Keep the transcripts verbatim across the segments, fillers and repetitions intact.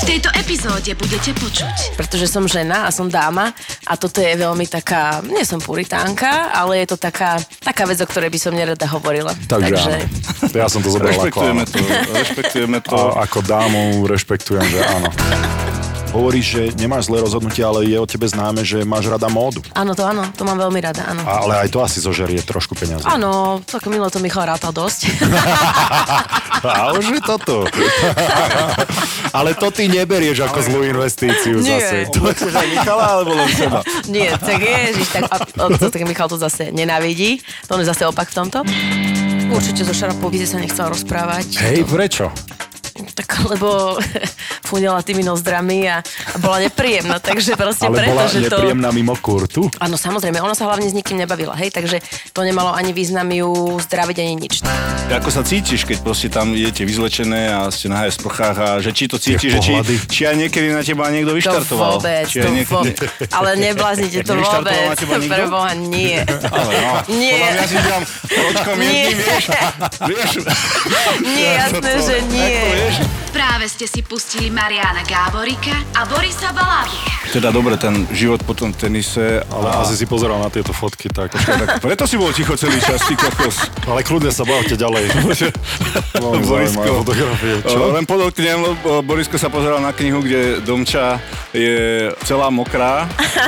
tejto epizóde budete počuť. Pretože som žena a som dáma a toto je veľmi taká, nie som puritánka, ale je to taká, taká vec, o ktorej by som nerada hovorila. Takže, Takže áno. Ja som to zobral ako áno. To, rešpektujeme to. A ako dámu rešpektujem, že áno. Hovoríš, že nemáš zlé rozhodnutie, ale je o tebe známe, že máš rada módu. Áno, to áno, to mám veľmi rada, áno. A, ale aj to asi zožerie trošku peniazy. Áno, tak milo to Michal rátal dosť. A už je toto. Ale to ty neberieš ako zlú investíciu Nie. zase. To chceš aj Michala, alebo len seba? Nie, tak ježiš, tak, a, a, tak Michal to zase nenávidí. To on je zase opak v tomto. Určite zo Šarapovize sa nechcela rozprávať. Hej, prečo? Tak, lebo funela tými nozdrami a, a bola nepríjemná, takže proste Ale preto, bola že to... nepríjemná mimo kurtu? Áno, samozrejme, ona sa hlavne s nikým nebavila, hej, takže to nemalo ani význam ju zdraviť, ani nič. Ako sa cítiš, keď proste tam idete vyzlečené a ste nahé v sprchách a že či to cítiš, že či, či aj niekedy na teba niekto vyštartoval? To vôbec, či to niekedy... vôbec. Ale nebláznite to vôbec. Preboha, nie. Ale no, nie. podľa mňa si dám očkom jedným, vieš? vieš? Nie, jasné, že nie. Práve ste si pustili Mariána Gáborika a Borisa Balábika. Teda dobre, ten život po tom tenise... Ale a... asi si pozeral na tieto fotky, tak... tak preto si bol ticho celý čas, ty kokos. Ale kľudne sa bavte ďalej. Veľmi zaujímavé fotografie. Čo? Len podotknem, Borisko sa pozeral na knihu, kde Domča je celá mokrá.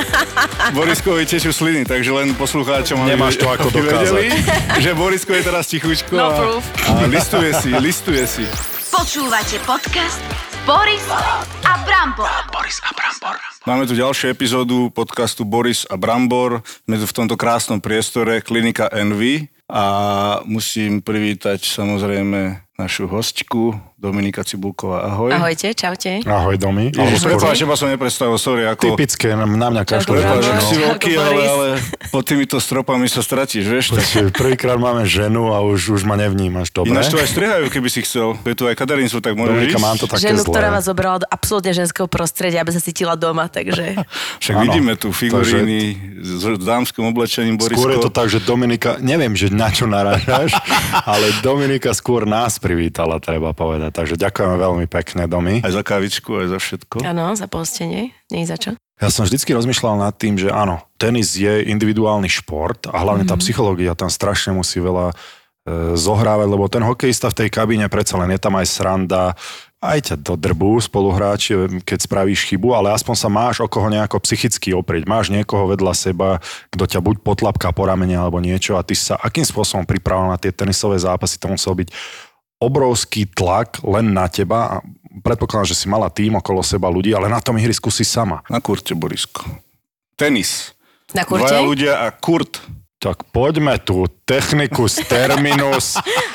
Boriskovi tečú sliny, takže len poslucháčom... Nemáš to ako dokázať. Že Borisko je teraz tichučko no a, a listuje si, listuje si. Počúvate podcast Boris a Brambor. Boris a Brambor. Máme tu ďalšiu epizódu podcastu Boris a Brambor. Sme tu v tomto krásnom priestore Klinika Envy a musím privítať samozrejme našu hostku Dominika Cibulková. Ahoj. Ahojte, čaute. Ahoj, Domi. Ježiš, prepáč, teba som neprestavil, sorry. Ako... Typické, na mňa kašľú. Prepáč, no. ak si veľký, ale, ale pod týmito stropami sa stratíš, vieš? Tak... Prvýkrát máme ženu a už, už ma nevnímaš, dobre? Ináč to aj strihajú, keby si chcel. Je tu aj kaderínctvo, tak môžeš Dominika, ísť. mám to také Ženu, zlé. ktorá vás zobrala do absolútne ženského prostredia, aby sa cítila doma, takže... Však ano, vidíme tu figuríny takže... s dámskym oblečením, Borisko. Skôr je to tak, že Dominika, neviem, že na čo narážaš, ale Dominika skôr nás privítala, treba povedať. Takže ďakujeme veľmi pekne, Domi. Aj za kávičku, aj za všetko. Áno, za pohostenie, nie za čo. Ja som vždycky rozmýšľal nad tým, že áno, tenis je individuálny šport a hlavne mm-hmm. tá psychológia tam strašne musí veľa e, zohrávať, lebo ten hokejista v tej kabíne predsa len je tam aj sranda, aj ťa do drbu spoluhráči, keď spravíš chybu, ale aspoň sa máš o koho nejako psychicky oprieť. Máš niekoho vedľa seba, kto ťa buď potlapká po ramene alebo niečo a ty sa akým spôsobom pripravoval na tie tenisové zápasy, to musel byť obrovský tlak len na teba a predpokladám, že si mala tým okolo seba ľudí, ale na tom ihrisku si sama. Na kurte, Borisko. Tenis. Na kurte? Dvaja ľudia a kurt. Tak poďme tu, technicus terminus,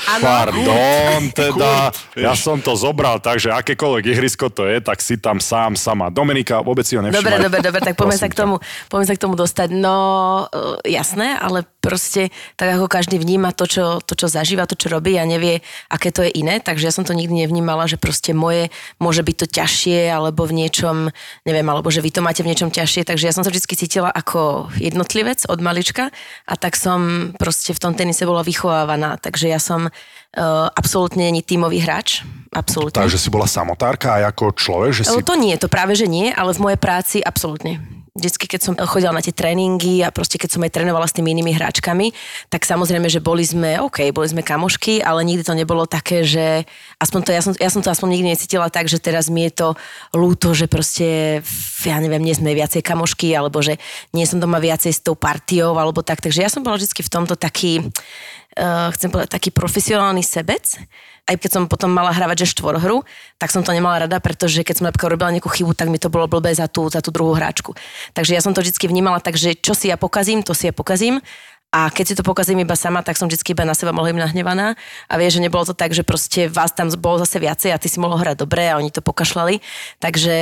pardon, teda, ja som to zobral, takže akékoľvek ihrisko to je, tak si tam sám, sama. Dominika, vôbec si ho nevšimaj. Dobre, dobre, dobre, tak poďme sa, k tomu, poďme sa k tomu dostať. No, jasné, ale proste tak ako každý vníma to čo, to, čo zažíva, to, čo robí a nevie, aké to je iné, takže ja som to nikdy nevnímala, že proste moje môže byť to ťažšie, alebo v niečom, neviem, alebo že vy to máte v niečom ťažšie, takže ja som sa vždy cítila ako jednotlivec od malička a tak som proste v tom tenise bola vychovávaná, takže ja som uh, absolútne nie tímový hráč, absolútne. Takže si bola samotárka aj ako človek, že si... To nie, to práve, že nie, ale v mojej práci absolútne. Vždycky, keď som chodila na tie tréningy a proste keď som aj trénovala s tými inými hráčkami, tak samozrejme, že boli sme, OK, boli sme kamošky, ale nikdy to nebolo také, že aspoň to, ja som, ja som to aspoň nikdy necítila tak, že teraz mi je to ľúto, že proste, ja neviem, nie sme viacej kamošky, alebo že nie som doma viacej s tou partiou, alebo tak. Takže ja som bola vždycky v tomto taký, uh, chcem povedať, taký profesionálny sebec. Aj keď som potom mala hravať, že štvorhru, tak som to nemala rada, pretože keď som napríklad robila nejakú chybu, tak mi to bolo blbé za tú, za tú druhú hráčku. Takže ja som to vždycky vnímala tak, že čo si ja pokazím, to si ja pokazím. A keď si to pokazím iba sama, tak som vždycky iba na seba mohla im nahnevaná. A vieš, že nebolo to tak, že proste vás tam bolo zase viacej a ty si mohol hrať dobre a oni to pokašľali. Takže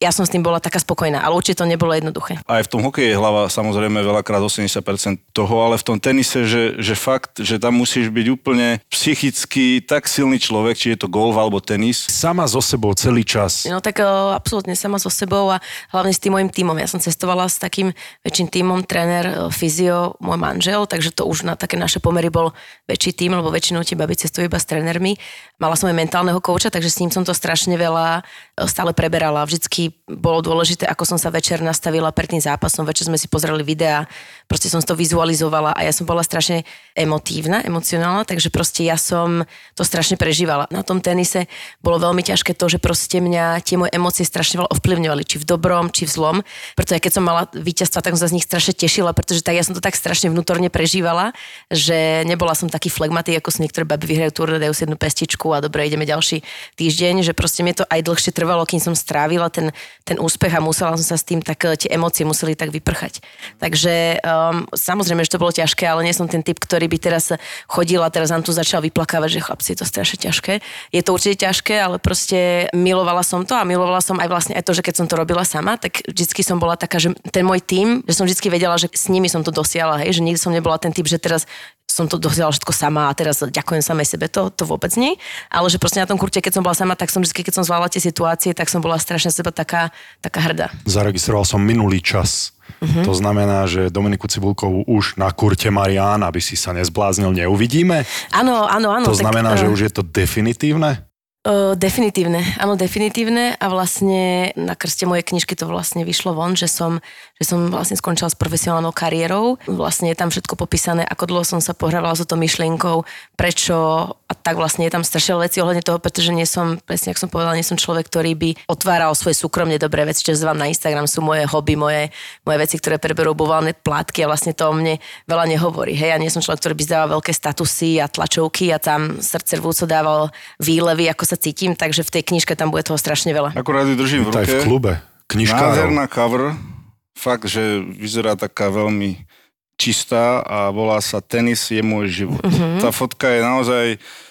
ja som s tým bola taká spokojná, ale určite to nebolo jednoduché. Aj v tom hokeji je hlava samozrejme veľakrát osemdesiat percent toho, ale v tom tenise, že, že fakt, že tam musíš byť úplne psychicky tak silný človek, či je to golf alebo tenis. Sama so sebou celý čas. No tak uh, absolútne sama so sebou a hlavne s tým môjim tímom. Ja som cestovala s takým väčším tímom, tréner, fyzio, môj manžel, takže to už na také naše pomery bol väčší tím, lebo väčšinou tie baby cestujú iba s trénermi. Mala som aj mentálneho kouča, takže s ním som to strašne veľa stále preberala. Vždycky bolo dôležité, ako som sa večer nastavila pred tým zápasom. Večer sme si pozreli videá, proste som to vizualizovala a ja som bola strašne emotívna, emocionálna, takže proste ja som to strašne prežívala. Na tom tenise bolo veľmi ťažké to, že proste mňa tie moje emócie strašne veľa ovplyvňovali, či v dobrom, či v zlom. Preto aj keď som mala víťazstva, tak som sa z nich strašne tešila, pretože tak ja som to tak strašne vnútorne prežívala, že nebola som taký flegmatik, ako sú niektoré baby vyhrajú túr, dajú si jednu pestičku a dobre, ideme ďalší týždeň, že proste mi to aj dlhšie trvalo, kým som strávila ten, ten úspech a musela som sa s tým, tak tie emócie museli tak vyprchať. Takže um, samozrejme, že to bolo ťažké, ale nie som ten typ, ktorý by teraz chodil a teraz nám tu začal vyplakávať, že chlapci, je to strašne ťažké. Je to určite ťažké, ale proste milovala som to a milovala som aj vlastne aj to, že keď som to robila sama, tak vždycky som bola taká, že ten môj tím, že som vždycky vedela, že s nimi som to dosiahla, hej, že nikdy som nebola ten typ, že teraz som to dosiahla všetko sama a teraz ďakujem samej sebe, to, to vôbec nie. Ale že proste na tom kurte, keď som bola sama, tak som vždy, keď som zvládla tie situácie, tak som bola strašne seba taká, taká hrdá. Zaregistroval som minulý čas. Uh-huh. To znamená, že Dominiku Cibulkovú už na kurte Marián, aby si sa nezbláznil, neuvidíme? Áno, áno, áno. To tak, znamená, uh... že už je to definitívne? Uh, definitívne, áno, definitívne a vlastne na krste mojej knižky to vlastne vyšlo von, že som, že som vlastne skončila s profesionálnou kariérou. Vlastne je tam všetko popísané, ako dlho som sa pohrávala s tou myšlienkou, prečo a tak vlastne je tam strašne veci ohľadne toho, pretože nie som, presne ako som povedala, nie som človek, ktorý by otváral svoje súkromne dobré veci, čo vám na Instagram sú moje hobby, moje, moje veci, ktoré preberú bovalné plátky a vlastne to o mne veľa nehovorí. Hej, ja nie som človek, ktorý by zdával veľké statusy a tlačovky a tam srdce rvúco dával výlevy, ako sa cítim, takže v tej knižke tam bude toho strašne veľa. Akurát ju držím v ruke. To je v klube. Knižkárov. Nádherná cover. Fakt, že vyzerá taká veľmi čistá a volá sa Tenis je môj život. Uh-huh. Tá fotka je naozaj,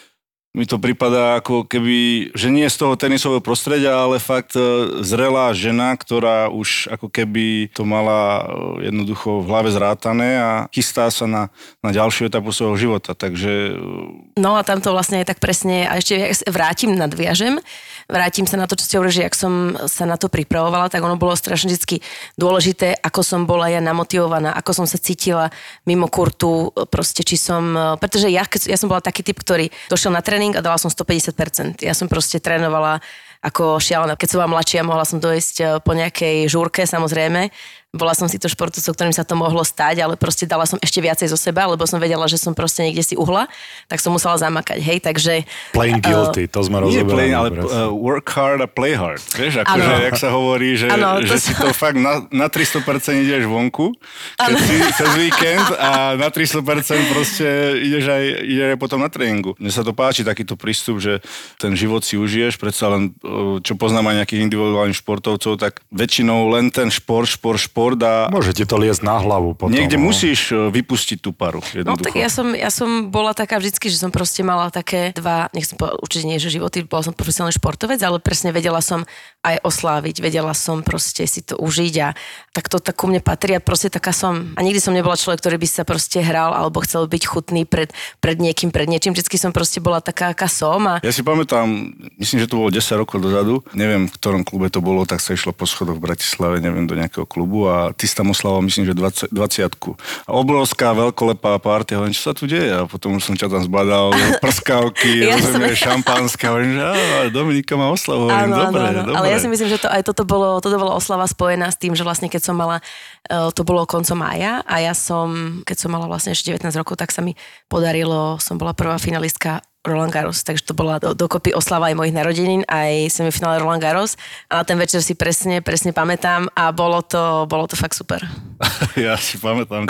mi to pripadá ako keby, že nie z toho tenisového prostredia, ale fakt zrelá žena, ktorá už ako keby to mala jednoducho v hlave zrátané a chystá sa na, na ďalšiu etapu svojho života, takže... No a tam to vlastne je tak presne, a ešte vrátim, nadviažem, vrátim sa na to, čo ste hovorili, že ak som sa na to pripravovala, tak ono bolo strašne vždy dôležité, ako som bola ja namotivovaná, ako som sa cítila mimo kurtu, proste či som, pretože ja, ja som bola taký typ, ktorý došiel na tréning a dala som stopäťdesiat percent. Ja som proste trénovala ako šialená. Keď som bola mladšia, mohla som dojsť po nejakej žúrke, samozrejme. Bola som si to športovcov, ktorým sa to mohlo stať, ale proste dala som ešte viacej zo seba, lebo som vedela, že som proste niekde si uhla, tak som musela zamakať, hej, takže... Playing guilty, uh, to sme rozoberali. Nie playing, ale uh, work hard a play hard. Vieš, akože, jak sa hovorí, že, ano, že si to fakt na, na tristo percent ideš vonku, keď ano. Si cez víkend a na tristo percent proste ideš aj, ideš aj potom na tréningu. Mne sa to páči, takýto prístup, že ten život si užiješ, predsa len, čo poznám aj nejakých individuálnych športovcov, tak väčšinou len ten šport, šport, šport a... Môžete to liesť na hlavu potom. Niekde no. musíš vypustiť tú paru. No tak ja som, ja som bola taká vždycky, že som proste mala také dva, nechcem povedať určite nie, že životy, bola som profesionálny športovec, ale presne vedela som aj osláviť, vedela som proste si to užiť a tak to tak ku mne patrí a proste taká som. A nikdy som nebola človek, ktorý by sa proste hral alebo chcel byť chutný pred, pred niekým, pred niečím. Vždycky som proste bola taká, aká som. A... Ja si pamätám, myslím, že to bolo desať rokov dozadu, neviem, v ktorom klube to bolo, tak sa išlo po schodoch v Bratislave, neviem, do nejakého klubu a ty si tam oslavoval, myslím, že dvadsiatku. A obrovská, veľkolepá party, hovorím, čo sa tu deje? A potom už som ťa tam zbadal, prskavky, ja rozumiem, som... šampanské, hovorím, že á, Dominika má oslavu, hovorím, áno, dobre, áno, dobre. Ale ja si myslím, že to, aj toto bolo, toto bola oslava spojená s tým, že vlastne keď som mala, to bolo koncom mája a ja som, keď som mala vlastne ešte devätnásť rokov, tak sa mi podarilo, som bola prvá finalistka Roland Garros, takže to bola do, dokopy oslava aj mojich narodenín, aj semifinále Roland Garros a na ten večer si presne, presne pamätám a bolo to, bolo to fakt super. Ja si pamätám.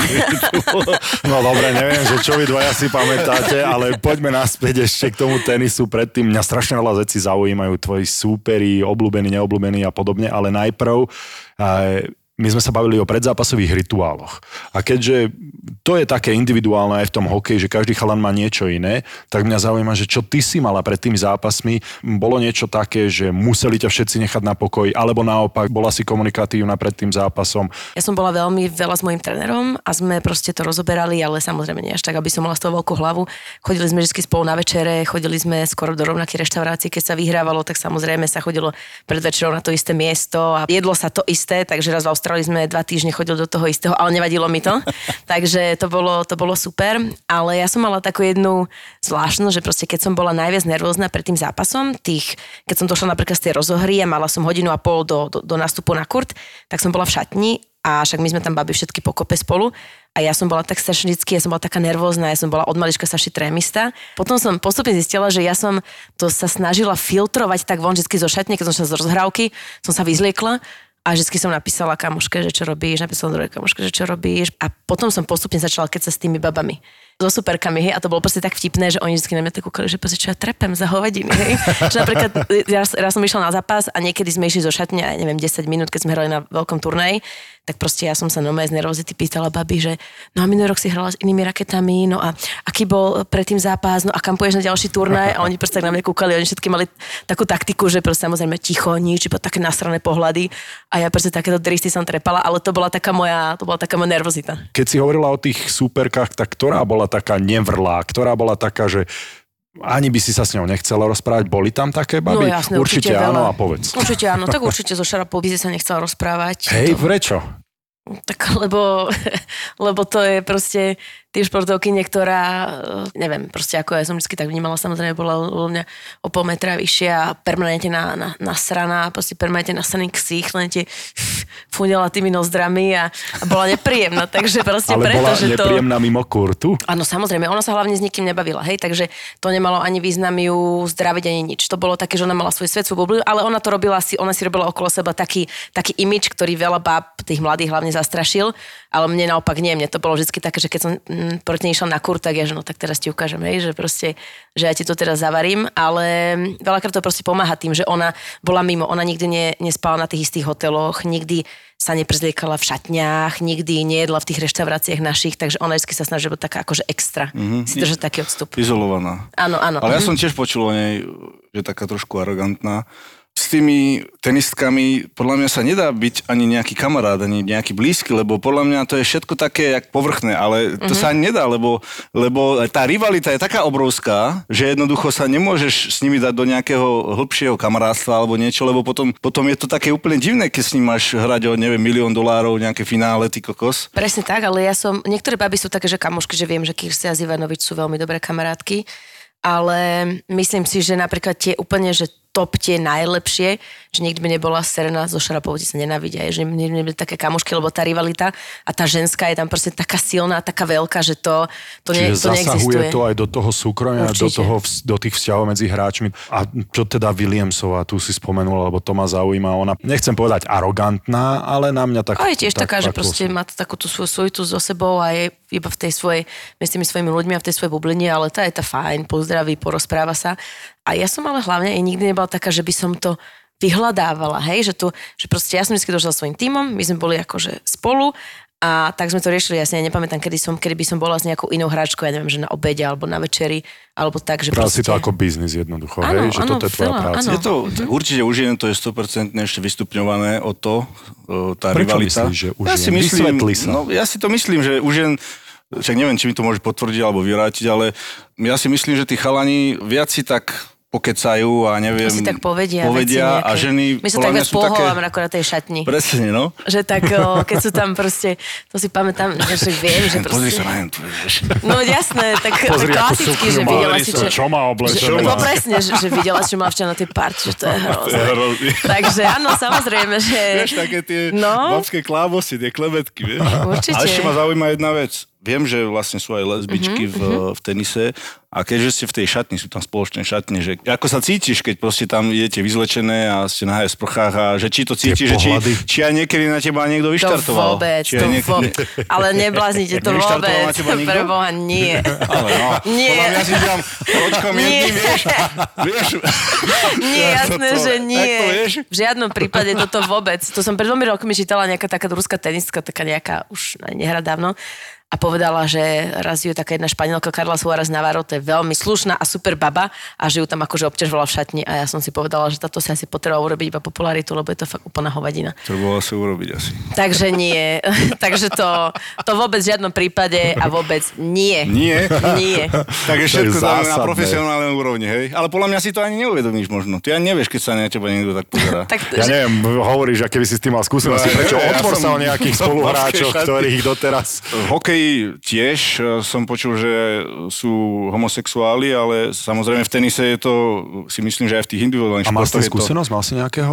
No dobre, neviem, že čo vy dvaja si pamätáte, ale poďme naspäť ešte k tomu tenisu. Predtým mňa strašne veľa vecí zaujímajú, tvoji súperi, obľúbení, neobľúbení a podobne, ale najprv my sme sa bavili o predzápasových rituáloch. A keďže to je také individuálne aj v tom hokeji, že každý chalan má niečo iné, tak mňa zaujíma, že čo ty si mala pred tými zápasmi, bolo niečo také, že museli ťa všetci nechať na pokoji, alebo naopak, bola si komunikatívna pred tým zápasom? Ja som bola veľmi veľa s mojím trénerom a sme proste to rozoberali, ale samozrejme nie až tak, aby som mala z toho veľkú hlavu. Chodili sme vždy spolu na večere, chodili sme skoro do rovnakej reštaurácie, keď sa vyhrávalo, tak samozrejme sa chodilo pred večerou na to isté miesto a jedlo sa to isté, takže raz v Austrálii sme dva týždne chodili do toho istého, ale nevadilo mi to. Takže to bolo, to bolo super, ale ja som mala takú jednu zvláštnosť, že proste keď som bola najviac nervózna pred tým zápasom, tých, keď som došla napríklad z tej rozohry a mala som hodinu a pol do, do, do nástupu na kurt, tak som bola v šatni a však my sme tam babi všetky pokope spolu a ja som bola tak strašne vždycky, ja som bola taká nervózna, ja som bola od malička strašne trémista. Potom som postupne zistila, že ja som to sa snažila filtrovať tak von vždycky zo šatne, keď som šla z rozhrávky, som sa vyzliekla. A vždycky som napísala kamoške, že čo robíš, napísala druhej kamoške, že čo robíš. A potom som postupne začala kecať s tými babami. So superkami, hej, a to bolo proste tak vtipné, že oni vždycky na mňa tak kúkali, že proste čo ja trepem za hovadiny, hej. Že napríklad raz, raz som išla na zápas a niekedy sme išli zo šatne, aj neviem, desať minút, keď sme hrali na veľkom turnaji, tak proste ja som sa normálne z nervozity pýtala babi, že no a minulý rok si hrala s inými raketami, no a aký bol predtým zápas, no a kam pôjdeš na ďalší turnaj, a oni proste tak na mňa kúkali, oni všetky mali takú taktiku, že proste samozrejme ticho, nič, iba také nasrané pohľady a ja proste takéto dristy som trepala, ale to bola taká moja, to bola taká moja nervozita. Keď si hovorila o tých superkách, tak ktorá bola taká nevrlá, ktorá bola taká, že ani by si sa s ňou nechcela rozprávať. Boli tam také baby? No jasne, určite, určite áno veľa. A povedz. Určite áno, tak určite so Šarapou by si sa nechcela rozprávať. Hej, to... prečo? Tak lebo, lebo to je proste tým športovkyne, ktorá, neviem, proste ako ja som vždy tak vnímala, samozrejme bola u mňa o pol metra vyššia a permanentne na, na, nasraná, proste permanentne nasraný ksích, len tie fúňala tými nozdrami a, a bola nepríjemná, takže proste ale preto, bola že to... nepríjemná mimo kurtu? Áno, samozrejme, ona sa hlavne s nikým nebavila, hej, takže to nemalo ani význam ju zdraviť, ani nič. To bolo také, že ona mala svoj svet, svoju bubliu, ale ona to robila si, ona si robila okolo seba taký, taký imič, ktorý veľa báb, tých mladých hlavne zastrašil, ale mne naopak nie, mne to bolo vždy také, že keď som mm, proti nej išla na kurt, tak ja, že no tak teraz ti ukážem, hej, že proste, že ja ti to teraz zavarím, ale veľakrát to proste pomáha tým, že ona bola mimo, ona nikdy ne, nespala na tých istých hoteloch, nikdy sa neprzliekala v šatniach, nikdy nejedla v tých reštauráciách našich, takže ona vždy sa snažila byť taká akože extra, mm-hmm. si držať taký odstup. Izolovaná. Áno, áno. Ale ja mm-hmm. som tiež počul o nej, že taká trošku arogantná. S tými tenistkami podľa mňa sa nedá byť ani nejaký kamarát, ani nejaký blízky, lebo podľa mňa to je všetko také jak povrchné, ale to mm-hmm. sa ani nedá, lebo, lebo tá rivalita je taká obrovská, že jednoducho sa nemôžeš s nimi dať do nejakého hĺbšieho kamarátstva alebo niečo, lebo potom, potom je to také úplne divné, keď s ním máš hrať o, neviem, milión dolárov, nejaké finále, ty kokos. Presne tak, ale ja som, niektoré baby sú také, že kamošky, že viem, že Kirstia a Ivanovič sú veľmi dobré kamarátky, ale myslím si, že napríklad tie úplne, že top tie najlepšie, že nikdy by nebola Serena zo Šarapovou, sa nenávidia, že nikdy by také kamošky, lebo tá rivalita a tá ženská je tam proste taká silná, taká veľká, že to, to, ne, to neexistuje. Čiže zasahuje to aj do toho súkromia, do, toho, do tých vzťahov medzi hráčmi. A čo teda Williamsová, tu si spomenula, lebo to ma zaujíma, ona, nechcem povedať arogantná, ale na mňa tak... A je tiež tak, taká, tak, že proste má takú tú svoju sujitu so sebou a je iba v tej svojej, medzi tými svojimi ľuďmi a v tej svojej bubline, ale tá je tá fajn, pozdraví, porozpráva sa. A ja som ale hlavne aj nikdy nebola taká, že by som to vyhľadávala, hej, že, tu, že proste ja som vždy došla svojím tímom, my sme boli akože spolu a tak sme to riešili, ja si nepamätám, kedy, som, kedy by som bola s nejakou inou hráčkou, ja neviem, že na obede alebo na večeri, alebo tak, že proste... proste... si to ako biznis jednoducho, ano, hej, že ano, toto je tvoja veľa, práca. Ano. Je to, mm-hmm. určite u žien to je sto percent ešte vystupňované o to, o, tá Prečo rivalita. myslíš, že u ja žien? si myslím, Vysvetli sa. no, ja si to myslím, že u žien, však neviem, či mi to môže potvrdiť alebo vyvrátiť, ale ja si myslím, že tí chalani viac si tak pokecajú a neviem... To si tak povedia, povedia veci a ženy... My sa tak viac pohováme ako na tej šatni. Presne, no. Že tak, o, keď sú tam proste, to si pamätám, že viem, že proste... Pozri sa na jen, tu vieš. No jasné, tak Pozri, klasicky, že videla si, čo... Čo má oblečené? No presne, že, že videla, čo má včera na tej party, že to je hrozné. Takže áno, samozrejme, že... Vieš, také tie no? babské klávosy, tie klebetky, vieš. Určite. A ešte ma zaujíma jedna vec. viem, že vlastne sú aj lesbičky uh-huh, v, uh-huh. v tenise a keďže ste v tej šatni, sú tam spoločné šatne, že ako sa cítiš, keď proste tam idete vyzlečené a ste na sprchách a že či to cítiš, že či, či aj niekedy na teba niekto vyštartoval. To vôbec, či to niekedy... vôbec. Ale nebláznite, to vôbec. Preboha, nie. Ale no, nie. Podľa mňa si tam očkom jedným, vieš, vieš. Nie, jasné, to, že nie. vieš? V žiadnom prípade toto vôbec. To som pred dvomi rokmi čítala nejaká taká ruská tenistka, taká nejaká, už nehra dávno. A povedala, že raz ju taká jedna Španielka Karla Suárez Navarro, to je veľmi slušná a super baba a že ju tam akože obťažovala v šatni a ja som si povedala, že táto si asi potrebovala urobiť iba popularitu, lebo je to fakt úplná hovadina. Trebalo sa urobiť asi. Takže nie. Takže to, to vôbec v žiadnom prípade a vôbec nie. Nie? Nie. Takže všetko dáme na profesionálnej úrovni, hej? Ale podľa mňa si to ani neuvedomíš možno. Ty ani nevieš, keď sa na teba niekto tak pozerá. Tak, ja že... neviem, hovoríš, aké by si s tým mal skúsenosti. Prečo otvor sa o nejakých spoluhráčoch, ktorých doteraz... Hokej tiež som počul, že sú homosexuáli, ale samozrejme v tenise je to, si myslím, že aj v tých individuálnych športoch. A mal si skúsenosť? To... Mal si nejakého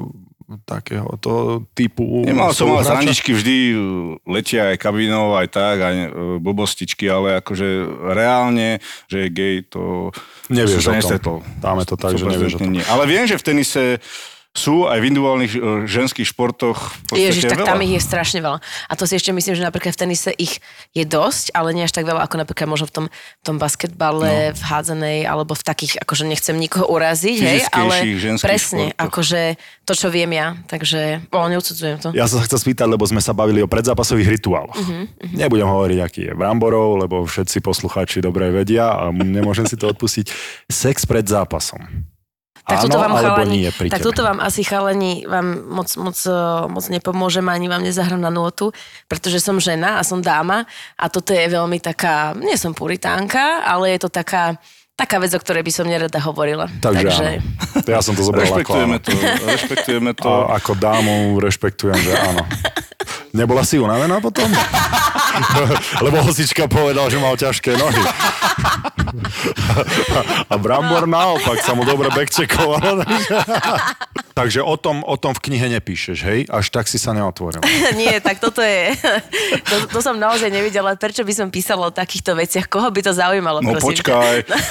takého to typu... Nemal som, ale srandičky vždy letia aj kabinou, aj tak, aj blbostičky, ale akože reálne, že je gay, to nevieš som sa o tom. nestretol. Dáme to tak, že nevieš o tom. Nie. Ale viem, že v tenise sú aj v individuálnych ženských športoch. Ježiš, tak veľa. tam ich je strašne veľa. A to si ešte myslím, že napríklad v tenise ich je dosť, ale nie až tak veľa, ako napríklad možno v tom, v tom basketbale, no. v hádzanej, alebo v takých, akože nechcem nikoho uraziť, hej, ale presne, športoch. Akože to, čo viem ja, takže o, neudsudzujem to. Ja som sa chcel spýtať, lebo sme sa bavili o predzápasových rituáloch. Uh-huh, uh-huh. Nebudem hovoriť, aký je Bramborov, lebo všetci poslucháči dobre vedia a nemôžem si to odpustiť. Sex pred zápasom. Tak áno, toto vám alebo chalani, nie pri tak tebe. toto vám asi chalani vám moc, moc, moc nepomôžem, ani vám nezahrám na nôtu, pretože som žena a som dáma a toto je veľmi taká, nie som puritánka, ale je to taká, taká vec, o ktorej by som nerada hovorila. Takže, Takže... áno. Ja som to zobral ako áno. to, rešpektujeme to. A ako dámu rešpektujem, že áno. Nebola si unavená potom? Lebo hosička povedal, že mal ťažké nohy. A Brambor naopak sa mu dobre backcheckoval. Takže o tom, o tom v knihe nepíšeš, hej? Až tak si sa neotvoril. Nie, tak toto je... To, to som naozaj nevidela. Prečo by som písala o takýchto veciach? Koho by to zaujímalo, no, prosím? No počkaj.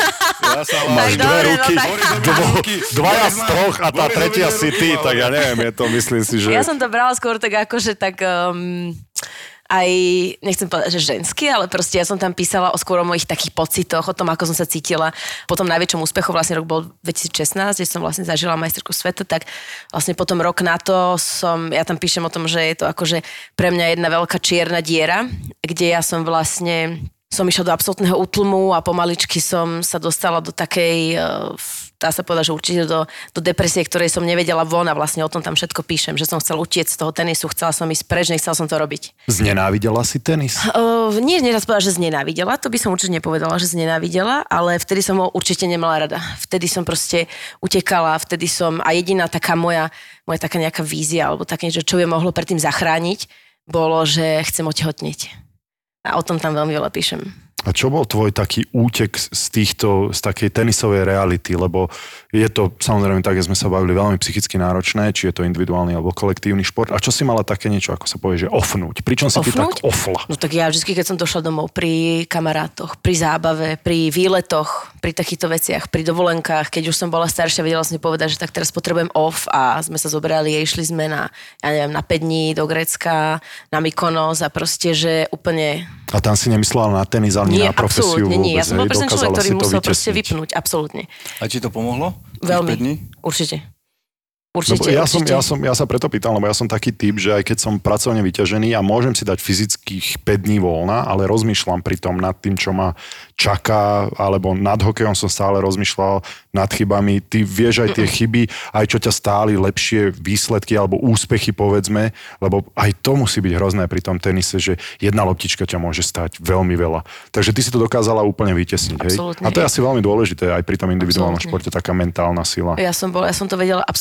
Ja sa máš tak dve dobre, ruky, no, tak... dvo, dvaja z troch a tá tretia si ty, tak ja neviem, je to, myslím si, že... Ja som to brala skôr tak akože tak... Um... aj, nechcem povedať, že ženský, ale proste ja som tam písala o skôr o mojich takých pocitoch, o tom, ako som sa cítila. Po tom najväčšom úspechu, vlastne rok bol dvetisícšestnásť, kde som vlastne zažila majsterku sveta, tak vlastne potom rok na to som, ja tam píšem o tom, že je to akože pre mňa jedna veľká čierna diera, kde ja som vlastne, som išla do absolútneho útlmu a pomaličky som sa dostala do takej, dá sa povedať, že určite do, do depresie, ktorej som nevedela von a vlastne o tom tam všetko píšem, že som chcela utiecť z toho tenisu, chcela som ísť preč, nechcela som to robiť. Znenávidela si tenis? Uh, nie, nie raz povedala, že znenávidela, to by som určite nepovedala, že znenávidela, ale vtedy som ho určite nemala rada. Vtedy som proste utekala, vtedy som, a jediná taká moja, moja taká nejaká vízia, alebo také niečo, čo by mohlo predtým zachrániť, bolo, že chcem otehotnieť. A o tom tam veľmi veľa píšem. A čo bol tvoj taký útek z týchto, z takej tenisovej reality? Lebo je to, samozrejme, tak, sme sa bavili, veľmi psychicky náročné, či je to individuálny alebo kolektívny šport. A čo si mala také niečo, ako sa povie, že ofnúť? Pričom si ofnúť? ty tak ofla? No tak ja vždy, keď som došla domov pri kamarátoch, pri zábave, pri výletoch, pri takýchto veciach, pri dovolenkách, keď už som bola staršia, vedela som si povedať, že tak teraz potrebujem off a sme sa zobrali a išli sme na, ja neviem, na päť dní do Grécka, na Mykonos a proste, že úplne... A tam si nemyslela na tenis, ale nie, na profesiu absolútne vôbec. nie. Ja som bol presne človek, ktorý musel vytesniť. proste vypnúť, absolútne. A ti to pomohlo? Veľmi, určite. Určite, ja, určite. Som, ja, som, ja sa preto pýtam, lebo ja som taký typ, že aj keď som pracovne vyťažený a môžem si dať fyzických päť dní voľna, ale rozmýšľam pritom nad tým, čo ma čaká, alebo nad hokejom som stále rozmýšľal nad chybami. Ty vieš aj tie chyby, aj čo ťa stáli lepšie výsledky alebo úspechy, povedzme, lebo aj to musí byť hrozné pri tom tenise, že jedna loptička ťa môže stať veľmi veľa. Takže ty si to dokázala úplne vytesniť. Hej? A to je asi veľmi dôležité aj pri tom individuálnom športe, taká mentálna sila. Ja som bola, ja som to vedela, vždycky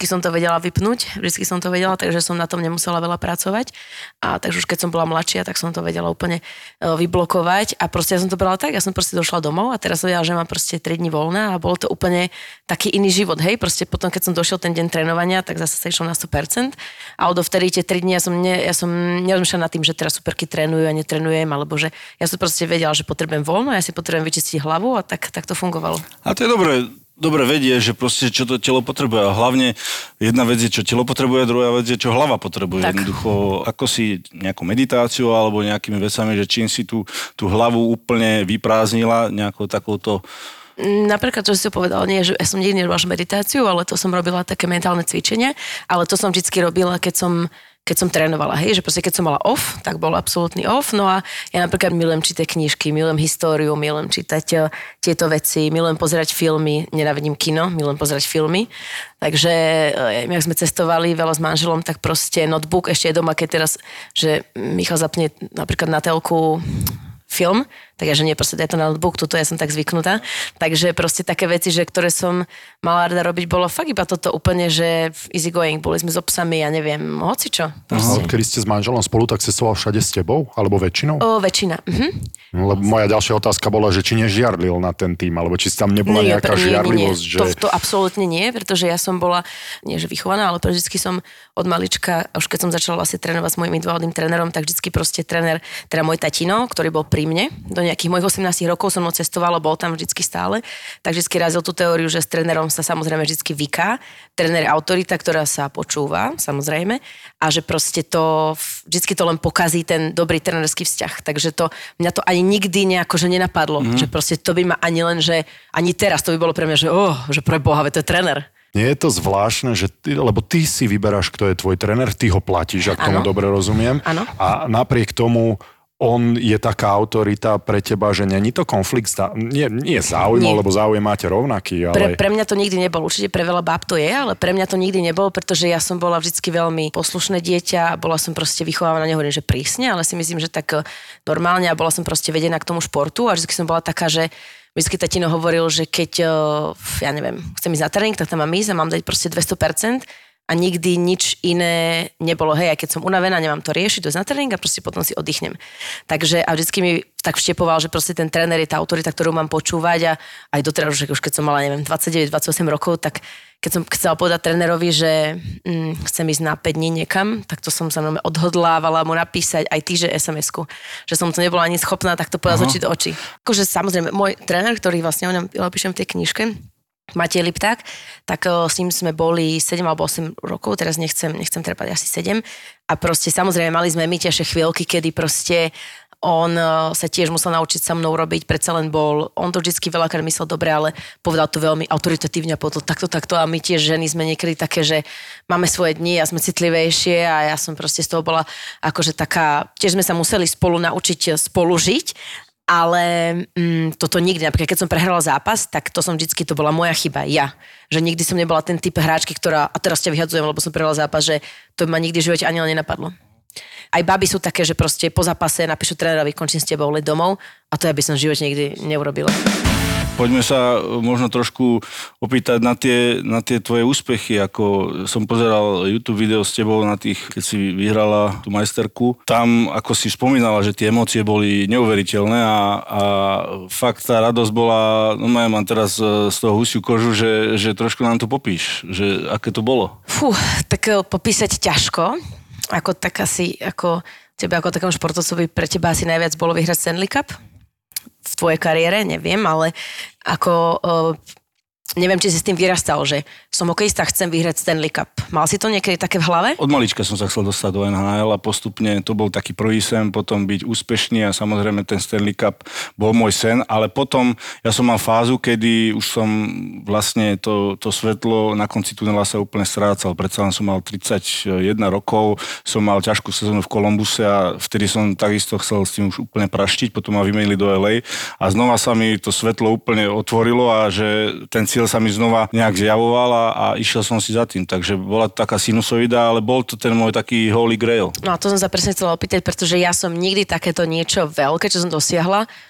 som to vedela vypnúť, vždycky som to vedela, takže som na tom nemusela veľa pracovať. A takže už keď som bola mladšia, tak som to vedela úplne vyblokovať a proste ja som to brala tak, ja som proste došla domov a teraz som vedela, že mám proste tri dni voľna a bolo to úplne taký iný život, hej, proste potom, keď som došiel ten deň trénovania, tak zase sa išlo na sto percent a odovtedy tie tri dni ja som, ne, ja som nerozmýšľala nad tým, že teraz superky trénujú a netrénujem, alebo že ja som proste vedela, že potrebujem voľno, ja si potrebujem vyčistiť hlavu a tak, tak to fungovalo. A to je dobré. Dobre vedie, že proste čo to telo potrebuje. A hlavne jedna vec je, čo telo potrebuje, druhá vec je, čo hlava potrebuje. Tak. Jednoducho, ako si nejakou meditáciou alebo nejakými vecami, že čím si tú, tú hlavu úplne vyprázdnila nejakou takouto... Napríklad, čo si povedal, nie, že ja som nikdy nerobila meditáciu, ale to som robila také mentálne cvičenie, ale to som vždycky robila, keď som keď som trénovala, hej, že proste keď som mala off, tak bol absolútny off, no a ja napríklad milujem čítať knižky, milujem históriu, milujem čítať uh, tieto veci, milujem pozerať filmy, nenávidím kino, milujem pozerať filmy, takže uh, jak sme cestovali veľa s manželom, tak proste notebook, ešte je doma, keď teraz, že Michal zapne napríklad na telku film, tak ja, že nie, proste je to na notebook, toto ja som tak zvyknutá. Takže proste také veci, že ktoré som mala rada robiť, bolo fakt iba toto úplne, že easy going, boli sme s obsami, ja neviem, hocičo. Aha, odkedy ste s manželom spolu, tak cestoval všade s tebou? Alebo väčšinou? O, väčšina. Mhm. Lebo moja ďalšia otázka bola, že či nežiarlil na ten tým, alebo či tam nebola nie, nejaká nie, žiarlivosť. Nie, nie. Že... To, to absolútne nie, pretože ja som bola, nie že vychovaná, ale vždycky som od malička, už keď som začala vlastne trénovať s mojím individuálnym trénerom, tak vždycky proste tréner, teda môj tatino, ktorý bol pri mne, do nejakých mojich osemnásť rokov som ho cestovala, bol tam vždycky stále, tak vždycky razil tú teóriu, že s trénerom sa samozrejme vždycky vyká. Tréner je autorita, ktorá sa počúva, samozrejme, a že proste to, vždycky to len pokazí ten dobrý trénerský vzťah. Takže to, mňa to ani nikdy nejako, že nenapadlo, mm. že proste to by ma ani len, že ani teraz to by bolo pre mňa, že oh, že pre Boha, to je tréner. Nie je to zvláštne, že ty, lebo ty si vyberáš, kto je tvoj tréner, ty ho platíš, ak ano. Tomu dobre rozumiem. Ano. A napriek tomu on je taká autorita pre teba, že není to konflikt, nie, nie záujmov, lebo záujem máte rovnaký, ale... Pre, pre mňa to nikdy nebol, určite pre veľa báb to je, ale pre mňa to nikdy nebol, pretože ja som bola vždycky veľmi poslušné dieťa, bola som proste vychovávaná, nehovorím, že prísne, ale si myslím, že tak normálne a bola som proste vedená k tomu športu a vždycky som bola taká, že vždycky tatino hovoril, že keď, ja neviem, chcem ísť na tréning, tak tam mám ísť a mám dať proste dvesto percent a nikdy nič iné nebolo. Hej, aj keď som unavená, nemám to riešiť, dojsť na tréning a proste potom si oddychnem. Takže a vždycky mi tak vštepoval, že proste ten tréner je tá autorita, ktorú mám počúvať a aj doteraz, že už keď som mala, neviem, dvadsaťdeväť dvadsaťosem rokov, tak keď som chcela povedať trénerovi, že hm, chcem ísť na päť dní niekam, tak to som sa mnou odhodlávala mu napísať aj ty, že es em esku. Že som to nebola ani schopná takto povedať z očí do očí. Akože samozrejme, môj tréner, ktorý vlastne o ňom píšem v tej knižke, Matej Lipták, tak o, s ním sme boli sedem alebo osem rokov, teraz nechcem, nechcem trepať asi sedem a proste samozrejme mali sme my ťažšie chvíľky, kedy proste on o, sa tiež musel naučiť sa mnou robiť, predsa len bol, on to vždycky veľakrát myslel dobre, ale povedal to veľmi autoritatívne a povedal takto, takto a my tiež ženy sme niekedy také, že máme svoje dni a sme citlivejšie a ja som proste z toho bola akože taká, tiež sme sa museli spolu naučiť spolu žiť. Ale mm, toto nikdy, napríklad keď som prehrala zápas, tak to som vždycky, to bola moja chyba, ja. Že nikdy som nebola ten typ hráčky, ktorá, a teraz ťa vyhadzujem, lebo som prehrala zápas, že to ma nikdy v živote ani len nenapadlo. Aj baby sú také, že proste po zápase napíšu trénerovi, končím s tebou, let domov a to ja by som v živote nikdy neurobila. Poďme sa možno trošku opýtať na tie, na tie tvoje úspechy, ako som pozeral YouTube video s tebou na tých, keď si vyhrala tú majsterku. Tam, ako si spomínala, že tie emócie boli neuveriteľné a, a fakt tá radosť bola, no ja mám teraz z toho husiu kožu, že, že trošku nám to popíš, že aké to bolo. Fú, tak popísať ťažko, ako tak asi, ako tebe, ako takému športovcovi, pre teba asi najviac bolo vyhrať Stanley Cup v tvojej kariére, neviem, ale ako, uh, neviem, či si s tým vyrastal, že som hokejista, chcem vyhrať Stanley Cup. Mal si to niekedy také v hlave? Od malička som sa chcel dostať do en há el a postupne to bol taký prvý sen, potom byť úspešný a samozrejme ten Stanley Cup bol môj sen, ale potom ja som mal fázu, kedy už som vlastne to, to svetlo na konci tunela sa úplne strácal. Predsa len som mal tridsaťjeden rokov, som mal ťažkú sezónu v Columbuse a vtedy som takisto chcel s tým už úplne praštiť, potom ma vymenili do el ej a znova sa mi to svetlo úplne otvorilo a že ten cieľ sa mi znova nejak zjavoval a, a išiel som si za tým. Takže bola to taká sinusoida, ale bol to ten môj taký holy grail. No a to som sa presne chcela opýtať, pretože ja som nikdy takéto niečo veľké, čo som dosiahla,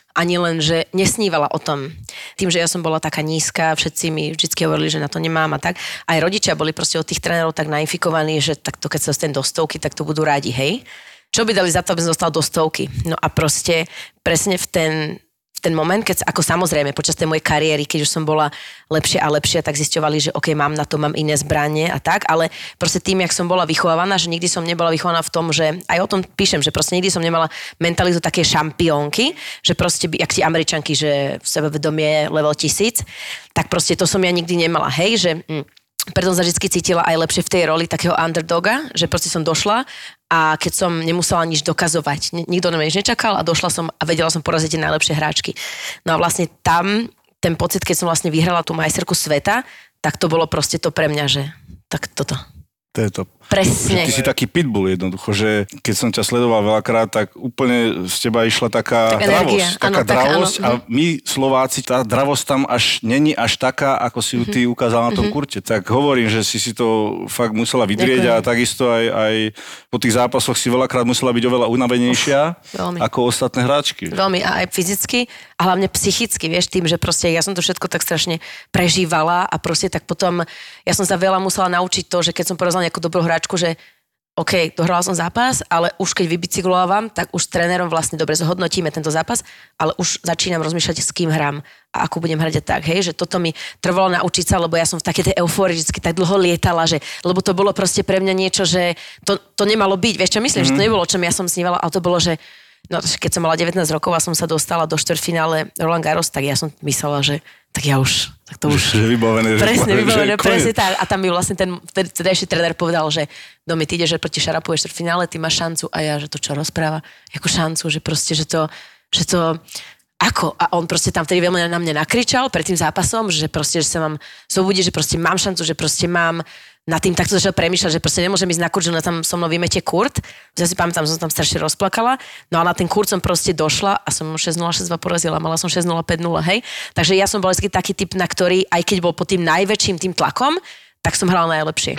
ani len, že nesnívala o tom. Tým, že ja som bola taká nízka, všetci mi vždycky hovorili, že na to nemám a tak. Aj rodičia boli proste od tých trénerov tak nainfikovaní, že takto keď sa dostanem do stovky, tak to budú rádi, hej. Čo by dali za to, aby som dostala do stovky? No a proste presne v ten... ten moment, keď ako samozrejme počas tej mojej kariéry, keď už som bola lepšia a lepšia, tak zisťovali, že ok, mám na to, mám iné zbranie a tak, ale proste tým, jak som bola vychovávaná, že nikdy som nebola vychovaná v tom, že aj o tom píšem, že proste nikdy som nemala mentalitu také šampiónky, že proste, jak si Američanky, že v sebevedomie level tisíc, tak proste to som ja nikdy nemala, hej, že... Hm, preto som sa vždy cítila aj lepšie v tej roli takého underdoga, že proste som došla a keď som nemusela nič dokazovať, nikto na mňa nič nečakal a došla som a vedela som poraziť tie najlepšie hráčky. No a vlastne tam ten pocit, keď som vlastne vyhrala tú majsterku sveta, tak to bolo proste to pre mňa, že tak toto. To je to. Presne. Ty si taký pitbull jednoducho, že keď som ťa sledoval veľakrát, tak úplne z teba išla taká tak dravosť. Taká taká dravosť áno. A my Slováci, tá dravosť tam až není až taká, ako si ju ty ukázala na tom kurte. Tak hovorím, že si si to fakt musela vydrieť. Ďakujem. A takisto aj, aj po tých zápasoch si veľakrát musela byť oveľa unavenejšia Uf, ako ostatné hráčky. Veľmi a aj fyzicky a hlavne psychicky, vieš, tým, že proste ja som to všetko tak strašne prežívala a proste tak potom ja som sa veľa musela naučiť to, že keď som porazila nejakú dobrú hráčku, že OK, dohrala som zápas, ale už keď vybicyklovávam, tak už s trénerom vlastne dobre zhodnotíme tento zápas, ale už začínam rozmýšľať, s kým hrám a ako budem hrať a tak, hej, že toto mi trvalo naučiť sa, lebo ja som v takej tej eufórii vždycky tak dlho lietala, že, lebo to bolo proste pre mňa niečo, že to, to nemalo byť, vieš čo myslím, mm-hmm. že to nebolo, čo ja som snívala, ale to bolo, že no, keď som mala devätnásť rokov a som sa dostala do štvrťfinále Roland Garros, tak ja som myslela, že tak ja už, tak to už... Že vybavené. Presne, že vybavené, že presne tak. A tam mi vlastne ten vtedajší tréner povedal, že Domi, ty ideš, že proti Šarapovu je štvrťfinále, ty máš šancu. A ja, že to čo rozpráva? Jakú šancu, že proste, že to, že to... Ako? A on proste tam vtedy veľmi na mňa nakričal pred tým zápasom, že proste, že sa mám zobudiť, že proste mám šancu, že proste mám na tým takto začal premýšľať, že proste nemôžem ísť na kurz, že tam so mnou vymetie kurt. Ja si pamätám, som tam strašne rozplakala. No a na ten kurt som proste došla a som šesť nula šesť dva porazila, mala som šesť nula päť nula, hej. Takže ja som bola vždy taký typ, na ktorý, aj keď bol pod tým najväčším tým tlakom, tak som hrala najlepšie.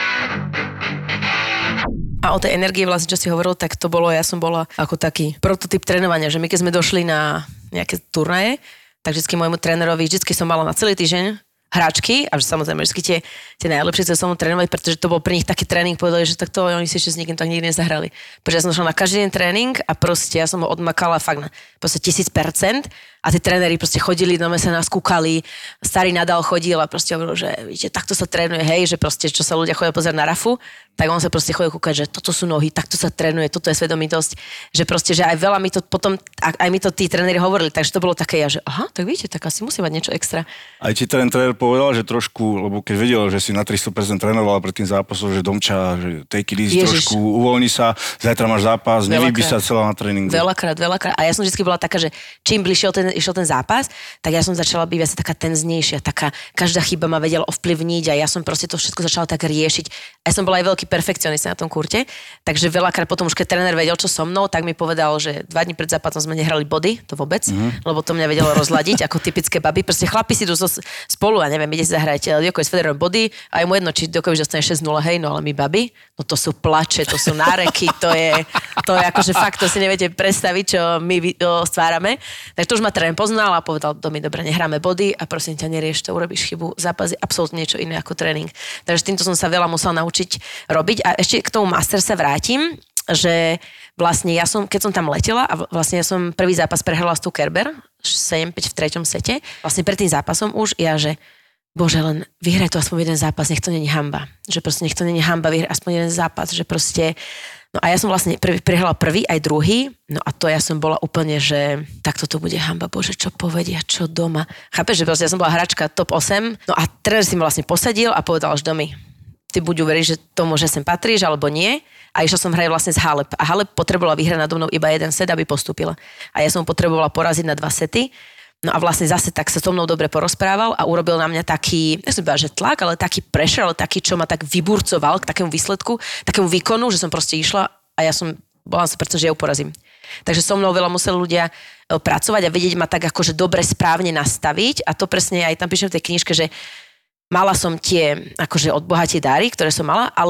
A o tej energie vlastne, čo si hovoril, tak to bolo, ja som bola ako taký prototyp trénovania, že my keď sme došli na nejaké turnaje, tak vždycky môjmu trénerovi, vždycky som mala na celý týždeň hráčky a že samozrejme vždy tie, tie najlepšie chceli som mu trénovať, pretože to bol pre nich taký tréning, povedali, že takto oni si ešte s nikým tak nikdy nezahrali. Pretože ja som došla na každý deň tréning a proste ja som ho odmakala fakt na proste tisíc percent a tí tréneri proste chodili, no sa nás kúkali, starý Nadal chodil a proste hovoril, že vidíte, takto sa trénuje, hej, že proste čo sa ľudia chodia pozerať na Rafu, tak on sa proste chodil kúkať, že toto sú nohy, takto sa trénuje, toto je svedomitosť, že proste, že aj veľa mi to potom, aj mi to tí tréneri hovorili, takže to bolo také ja, že aha, tak vidíte, tak asi musí mať niečo extra. Aj ti ten tréner povedal, že trošku, lebo keď vedel, že si na tristo percent trénoval pred tým zápasom, že Domča, že take it easy trošku, uvoľni sa, zajtra máš zápas, nevybí sa celá na tréningu. Veľakrát, veľakrát. A ja som vždy bola taká, že čím bližšie ten, išiel ten zápas, tak ja som začala byť asi taká tenznejšia, taká, každá chyba ma vedela ovplyvniť a ja som proste to všetko začala tak riešiť. A ja som bola aj veľký perfekcionista na tom kurte, takže veľakrát potom už keď tréner vedel, čo so mnou, tak mi povedal, že dva dní pred zápasom sme nehrali body, to vôbec, mm-hmm. lebo to mňa vedelo rozladiť ako typické baby. Proste chlapi si tu spolu a neviem, idete zahrať Djokovic Federer body a je mu jedno, či Djokovic dostane šesť nula, hej, no ale my baby, no to sú plače, to sú náreky, to je, to je akože fakt, to si neviete predstaviť, čo my stvárame. Takže to už ma tréner poznal a povedal, Domi, dobre, nehráme body a prosím ťa, nerieš to, urobíš chybu, zápas je absolútne niečo iné ako tréning. Takže týmto som sa veľa musela naučiť robiť a ešte k tomu master sa vrátim, že vlastne ja som, keď som tam letela a vlastne ja som prvý zápas prehrala s tú Kerber, sedem päť v treťom sete, vlastne pred tým zápasom už ja, že bože, len vyhraj to aspoň jeden zápas, nech to není hanba. Že proste nech to není hanba, vyhraj aspoň jeden zápas, že proste... No a ja som vlastne prvý, prehrala prvý aj druhý, no a to ja som bola úplne, že takto to bude hanba, bože, čo povedia, čo doma. Chápeš, že proste ja som bola hráčka top osem, no a tréner si ma vlastne posadil a povedal, že Domi, ty buď uveríš, že tomu, že sem patríš, alebo nie. A išla som hrať vlastne z Halep. A Halep potrebovala vyhrať nado mnou iba jeden set, aby postúpila. A ja som potrebovala poraziť na dva sety. No a vlastne zase tak sa so mnou dobre porozprával a urobil na mňa taký, nechcem povedať, že tlak, ale taký pressure, ale taký, čo ma tak vyburcoval k takému výsledku, takému výkonu, že som proste išla a ja som bola sa preto, že ja ju porazím. Takže so mnou veľa museli ľudia pracovať a vedieť ma tak akože dobre, správne nastaviť. A to presne aj tam píšem v tej knižke, že mala som tie, akože od Boha tie dary, ktoré som mala, ale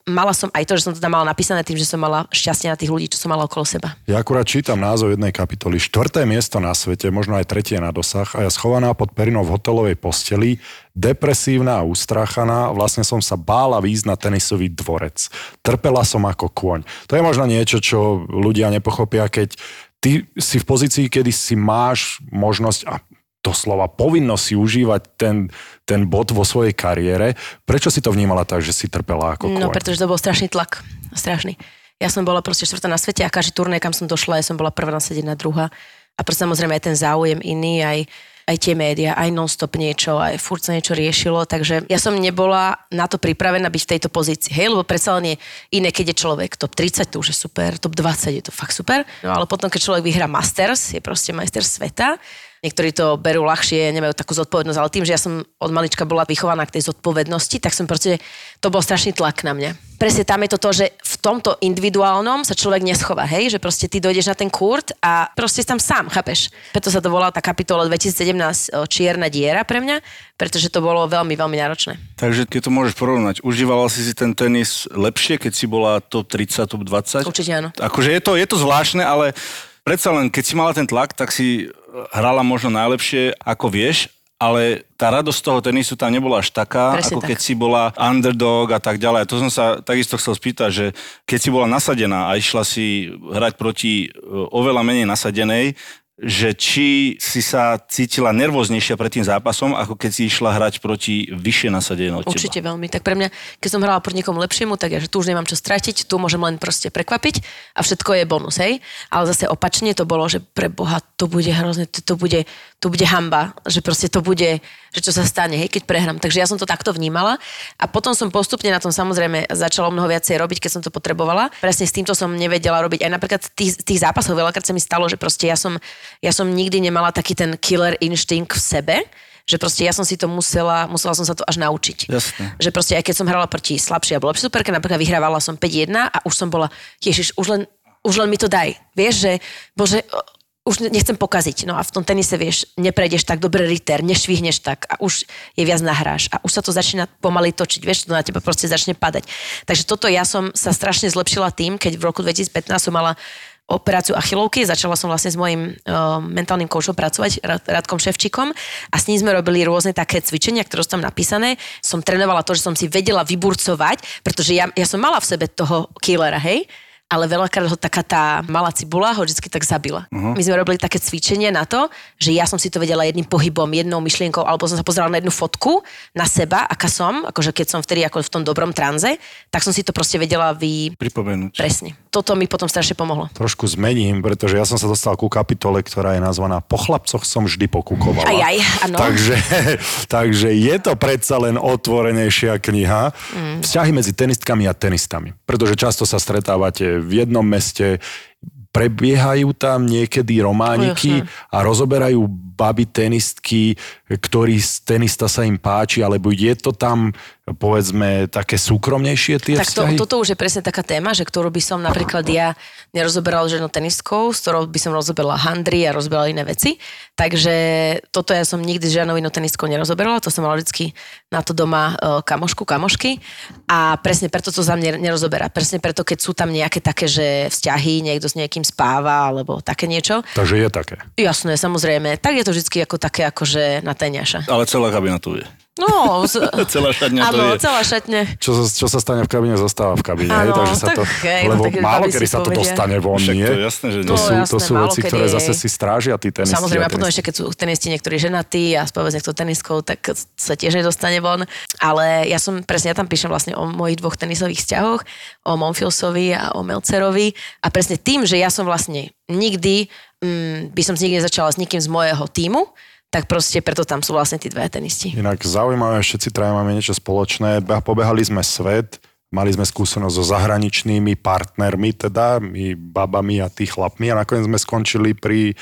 mala som aj to, že som to tam mala napísané tým, že som mala šťastie na tých ľudí, čo som mala okolo seba. Ja akurát čítam názov jednej kapitoly. Štvrté miesto na svete, možno aj tretie na dosah a ja schovaná pod perinou v hotelovej posteli, depresívna a ustráchaná, vlastne som sa bála výjsť na tenisový dvorec. Trpela som ako kôň. To je možno niečo, čo ľudia nepochopia, keď ty si v pozícii, kedy si máš možnosť a doslova povinnosť si užívať ten, ten bod vo svojej kariére. Prečo si to vnímala tak, že si trpela ako kôň? No, pretože to bol strašný tlak. Strašný. Ja som bola proste štvrtá na svete a každý turné, kam som došla, ja som bola prvá nasadiť na druhá. A proste samozrejme aj ten záujem iný, aj, aj tie médiá, aj non-stop niečo, aj furt sa niečo riešilo. Takže ja som nebola na to pripravená byť v tejto pozícii. Hej, lebo predsa len je iné, keď je človek top tridsať, to už je super, top dvadsať je to fakt super. No ale potom, keď človek vyhrá Masters, je proste majster sveta. Niektorí to berú ľahšie, nemajú takú zodpovednosť, ale tým, že ja som od malička bola vychovaná k tej zodpovednosti, tak som proste, to bol strašný tlak na mňa. Presne tam je to to, že v tomto individuálnom sa človek neschová, hej, že proste ty dojdeš na ten kurt a proste si tam sám, chápeš? Preto sa to volala tá kapitola dvetisícsedemnásť Čierna diera pre mňa, pretože to bolo veľmi, veľmi náročné. Takže keď to môžeš porovnať, užívala si si ten tenis lepšie, keď si bola top tridsať, top dvadsať? Určite áno. Akože je to, je to zvláštne, ale predsa len, keď si mala ten tlak, tak si hrala možno najlepšie, ako vieš, ale tá radosť toho tenisu tam nebola až taká, Presne ako tak. keď si bola underdog a tak ďalej. A to som sa takisto chcel spýtať, že keď si bola nasadená a išla si hrať proti oveľa menej nasadenej, že či si sa cítila nervóznejšia pred tým zápasom, ako keď si išla hrať proti vyššie nasadenej od teba. Určite veľmi. Tak pre mňa, keď som hrala proti niekomu lepšiemu, tak ja, že tu už nemám čo stratiť, tu môžem len proste prekvapiť a všetko je bonus, hej. Ale zase opačne to bolo, že pre Boha to bude hrozne, to, to bude, to bude hanba, že proste to bude, že čo sa stane, hej, keď prehrám. Takže ja som to takto vnímala a potom som postupne na tom samozrejme začala mnoho viacej robiť, keď som to potrebovala. Presne s týmto som nevedela robiť. Aj napríklad tých, tých zápasov veľakrát sa mi stalo, že proste ja som Ja som nikdy nemala taký ten killer inštinkt v sebe, že proste ja som si to musela, musela som sa to až naučiť. Jasne. Že proste aj keď som hrala proti slabšej alebo lepšej superke, napríklad vyhrávala som päť jedna a už som bola, ježiš, už len, už len mi to daj. Vieš, že, bože, už nechcem pokaziť. No a v tom tenise, vieš, neprejdeš tak dobre return, nešvihneš tak a už je viac nahráš a už sa to začína pomaly točiť, vieš, to na teba proste začne padať. Takže toto ja som sa strašne zlepšila tým, keď v roku dvetisícpätnásť som mala operáciu achilovky, začala som vlastne s mojím uh, mentálnym koučom pracovať, Radkom Ševčíkom a s ním sme robili rôzne také cvičenia, ktoré sú tam napísané. Som trénovala to, že som si vedela vyburcovať, pretože ja, ja som mala v sebe toho killera, hej, ale veľakrát ho taká tá malá cibula ho vždycky tak zabila. Uh-huh. My sme robili také cvičenie na to, že ja som si to vedela jedným pohybom, jednou myšlienkou, alebo som sa pozerala na jednu fotku na seba, aká som, akože keď som vtedy ako v tom dobrom tranze, tak som si to proste vedela vy... pripomenúť. Presne. Toto mi potom strašne pomohlo. Trošku zmením, pretože ja som sa dostal ku kapitole, ktorá je nazvaná Po chlapcoch som vždy pokúkovala. Aj, aj, áno. Takže, takže je to predsa len otvorenejšia kniha. Mm. Vzťahy medzi tenistkami a tenistami. Pretože často sa stretávate v jednom meste, prebiehajú tam niekedy romániky no, a rozoberajú baby tenistky, ktorý tenista sa im páči, alebo je to tam, povedzme, také súkromnejšie tie tak vzťahy? To, toto už je presne taká téma, že ktorú by som napríklad ja nerozoberala ženou tenistkou, s ktorou by som rozoberala handry a rozoberala iné veci. Takže toto ja som nikdy s žiadnou inou tenistkou nerozoberala, to som mala vždycky na to doma uh, kamošku, kamošky a presne preto to za mňa nerozoberá. Presne preto, keď sú tam nejaké také, že vzťahy, niekto s niekým spáva alebo také niečo. Takže je také. Jasné, samozrejme. Tak je to vždycky ako také, akože na tajňaša. Ale celá kabina tu je. No, z... celá šatňa to áno, je. celá šatňa. Čo, čo sa stane v kabine, zostáva v kabine. Áno, hej? Takže sa tak to, hej, lebo tak málo babi kedy si sa to povedia. dostane von, Však nie? to je jasné, že To nie. sú, No, to jasné, sú málo veci, kedy, ktoré hej. zase si strážia tí tenisti. Samozrejme, a potom tenisti. ešte, keď sú tenisti niektorí ženatí a spolu s niektorou tenistkou, tak sa tiež nedostane von. Ale ja som, presne, ja tam píšem vlastne o mojich dvoch tenisových vzťahoch, o Monfilsovi a o Melcerovi. A presne tým, že ja som vlastne nikdy, mm, by som nikdy nezačala s nikým z môjho tímu, tak proste preto tam sú vlastne tí dvaja tenisti. Inak zaujímavé, všetci traja máme niečo spoločné. Pobehali sme svet, mali sme skúsenosť so zahraničnými partnermi, teda my babami a tí chlapmi a nakoniec sme skončili pri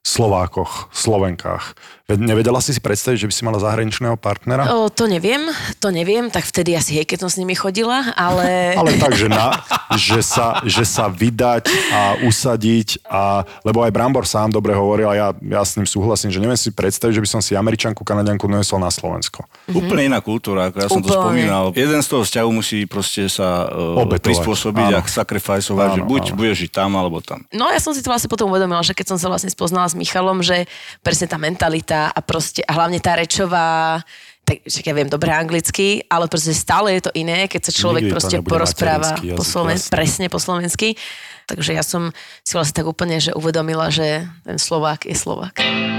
Slovákoch, Slovenkách. Nevedela si si predstaviť, že by si mala zahraničného partnera? O, to neviem, to neviem, tak vtedy asi hej, keď som s nimi chodila, ale... Ale tak, že, na, že, sa, že sa vydať a usadiť a... Lebo aj Brambor sám dobre hovoril a ja, ja s ním súhlasím, že neviem si predstaviť, že by som si Američanku, Kanadianku donesol na Slovensko. Mm-hmm. Úplne iná kultúra, ako ja som Úplne. to spomínal. Jeden z toho vzťahu musí proste sa uh, prispôsobiť a sacrificeovať, že buď áno. budeš žiť tam, alebo tam. No ja som si to vlastne potom uvedomila, že keď som sa vlastne spoznala s Michalom, že presne tá mentalita a proste a hlavne tá rečová, tak však ja viem dobre anglicky, ale proste stále je to iné, keď sa človek proste porozpráva po slovensky, presne po slovensky. Takže ja som si vlastne tak úplne že uvedomila, že ten Slovák je Slovák.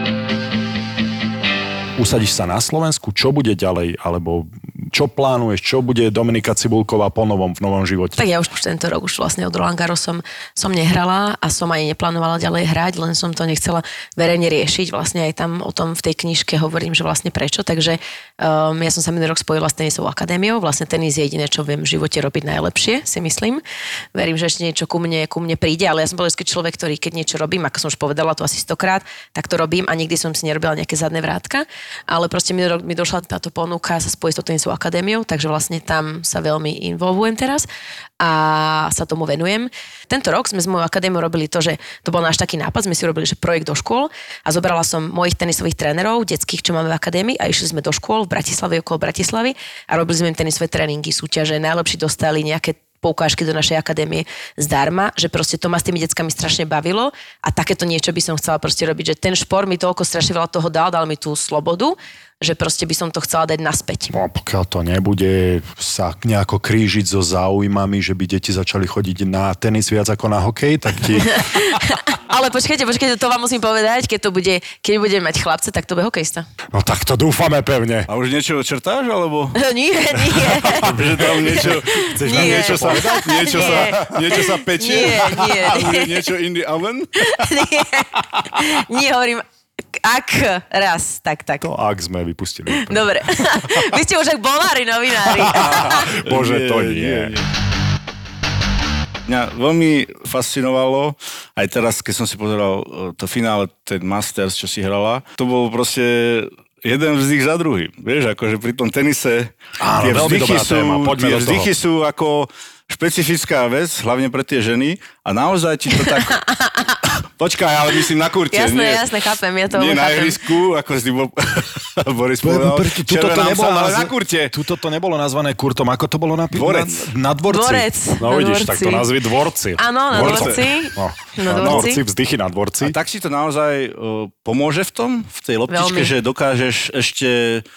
Usadíš sa na Slovensku, čo bude ďalej? Alebo čo plánuješ? Čo bude Dominika Cibulková po novom, v novom živote? Tak ja už tento rok už vlastne od Roland Garros som, som nehrala a som ani neplánovala ďalej hrať, len som to nechcela verejne riešiť. Vlastne aj tam o tom v tej knižke hovorím, že vlastne prečo. Takže um, ja som sa minulý rok spojila s tenisovou akadémiou. Vlastne tenis je jediné, čo viem v živote robiť najlepšie, si myslím. Verím, že ešte niečo ku mne, ku mne príde, ale ja som bol vždy človek, ktorý keď niečo robím, ako som už povedala to asi stokrát, tak to robím a nikdy som si nerobila nejaké zadné vrátka. Ale proste mi, mi došla táto ponuka sa spojiť s tou tenisovou akadémiou, takže vlastne tam sa veľmi involvujem teraz a sa tomu venujem. Tento rok sme s mojou akadémiou robili to, že to bol náš taký nápad, sme si robili že projekt do škôl a zobrala som mojich tenisových trénerov, detských, čo máme v akadémii a išli sme do škôl v Bratislave, okolo Bratislavy a robili sme im tenisové tréningy, súťaže, najlepší dostali nejaké poukážky do našej akadémie zdarma, že proste to ma s tými deckami strašne bavilo a takéto niečo by som chcela proste robiť, že ten šport mi toľko strašne veľa toho dal, dal mi tú slobodu, že proste by som to chcela dať naspäť. No, pokiaľ to nebude sa nejako krížiť so záujmami, že by deti začali chodiť na tenis viac ako na hokej, tak ti... Ale počkajte, počkajte, to vám musím povedať, keď to bude, keď budeme mať chlapce, tak to bude hokejista. No tak to dúfame pevne. A už niečo črtáš, alebo? Nie, nie. Že tam niečo, chceš nie. nám niečo sa povedať? Niečo nie. sa, niečo sa pečie? Nie, nie. A bude niečo in the oven? Nie, nie hovorím, ak raz, tak, tak. To ak sme vypustili. Dobre. Vy ste už ak bolári, novinári. Bože, to nie. nie, nie. Mňa veľmi fascinovalo, aj teraz, keď som si pozeral to finále, ten Masters, čo si hrala, to bol proste jeden vzdych za druhým. Vieš, akože pri tom tenise Áno, tie veľmi vzdychy, dobrá sú, téma. Poďme tie do toho. vzdychy sú ako špecifická vec, hlavne pre tie ženy a naozaj ti to tak... Počkaj, ale myslím na kurte. Jasné, nie, jasné, chápem, ja to Nie na chápem. ihrisku, ako si bol Boris povedal. Tuto to nebolo ale nazv- na kurte. Tuto to nebolo nazvané kurtom, ako to bolo napísané? Dvorec. Na, na dvorci. Dvorec. No Na vidíš, dvorci. tak to nazvi dvorci. Áno, na dvorci. No, Na na dvorci. dvorci, vzdychy na dvorci. A tak si to naozaj uh, pomôže v tom, v tej loptičke, Veľmi. že dokážeš ešte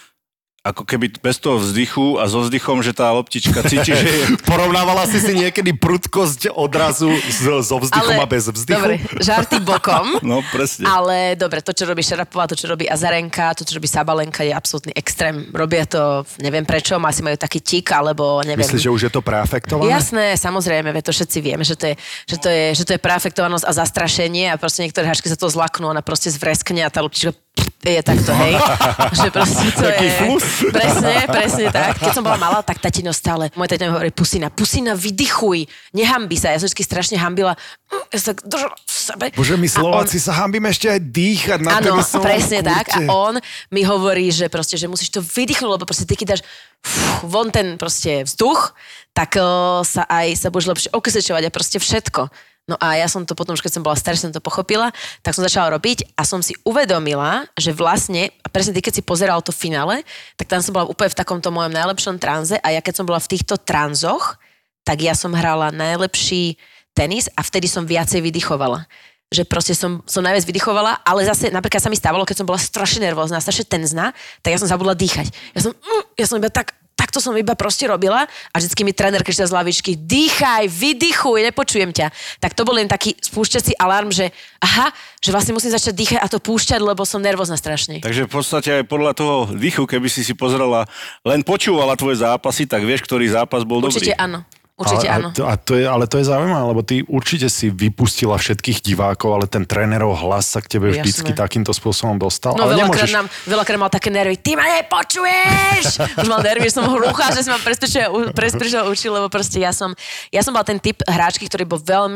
ako keby bez toho vzdychu a so vzdychom, že tá loptička cíti, že je... Porovnávala si si niekedy prudkosť odrazu so, so vzdychom Ale, a bez vzdychu? dobre, žarty bokom. No, presne. Ale dobre, to, čo robí Šarapová, to, čo robí Azarenka, to, čo robí Sabalenka, je absolútny extrém. Robia to, neviem prečo, asi majú taký tik, alebo neviem. Myslíš, že už je to preafektované? Jasné, samozrejme, to všetci vieme, že to je, že to je, že to je preafektovanosť a zastrašenie a proste niektoré hačky sa to zlaknú, ona proste zvreskne a tá loptička je takto, hej. Že proste to je... Presne, presne tak. Keď som bola malá, tak tatino stále, môj tatino hovorí, pusina, pusina, vydychuj, nehambi sa. Ja som vždy strašne hambila. Ja sa tak držala v sebe. Bože, my Slováci on... sa hambíme ešte aj dýchať na Áno, tenisovom presne kurte. tak. A on mi hovorí, že proste, že musíš to vydýchnuť, lebo proste ty keď dáš fú, von ten proste vzduch, tak uh, sa aj sa budeš lepšie okysličovať a proste všetko. No a ja som to potom, už keď som bola staršia, som to pochopila, tak som začala robiť a som si uvedomila, že vlastne, a presne ty, keď si pozeral to finále, tak tam som bola úplne v takomto mojom najlepšom tranze a ja keď som bola v týchto tranzoch, tak ja som hrala najlepší tenis a vtedy som viacej vydychovala. Že proste som, som najviac vydychovala, ale zase napríklad sa mi stávalo, keď som bola strašne nervózna, strašne tenzná, tak ja som zabudla dýchať. Ja som, mm, ja som iba tak, takto som iba proste robila a vždycky mi tréner kričal z lavičky, dýchaj, vydychuj, nepočujem ťa. Tak to bol len taký spúšťací alarm, že aha, že vlastne musím začať dýchať a to púšťať, lebo som nervózna strašne. Takže v podstate aj podľa toho dýchu, keby si si pozrela, len počúvala tvoje zápasy, tak vieš, ktorý zápas bol Určite dobrý. áno. Určite ale, áno. A to, a to je, ale to je zaujímavé, lebo ty určite si vypustila všetkých divákov, ale ten trénerov hlas sa k tebe Jasné. vždycky takýmto spôsobom dostal. No ale veľakrát, nemôžeš... nám, veľakrát mal také nervy, ty ma nepočuješ! Už mal nervy, že som hluchá, že si ma prespričal učiť, lebo proste ja som, ja som bola ten typ hráčky, ktorý bol veľmi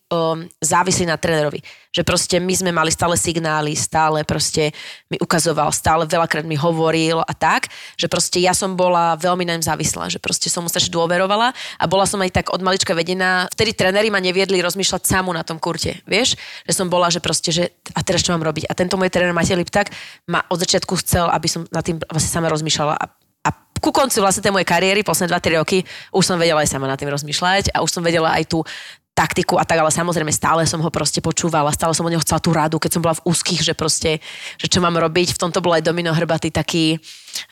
um, závislí na trénerovi. Že proste my sme mali stále signály, stále proste mi ukazoval, stále veľakrát mi hovoril a tak, že proste ja som bola veľmi na ňom závislá, že proste som mu strašne dôverovala a bola som aj tak od malička vedená. Vtedy tréneri ma neviedli rozmýšľať samu na tom kurte, vieš? Že som bola, že proste, že a teraz čo mám robiť? A tento môj tréner Matej Lipták ma od začiatku chcel, aby som nad tým vlastne sama rozmýšľala a ku koncu vlastne tej mojej kariéry, posledné dva tri roky, už som vedela aj sama nad tým rozmýšľať a už som vedela aj tú taktiku a tak, ale samozrejme stále som ho proste počúvala, stále som od neho chcela tú radu, keď som bola v úzkých, že proste, že čo mám robiť. V tomto bol aj Domino Hrbatý taký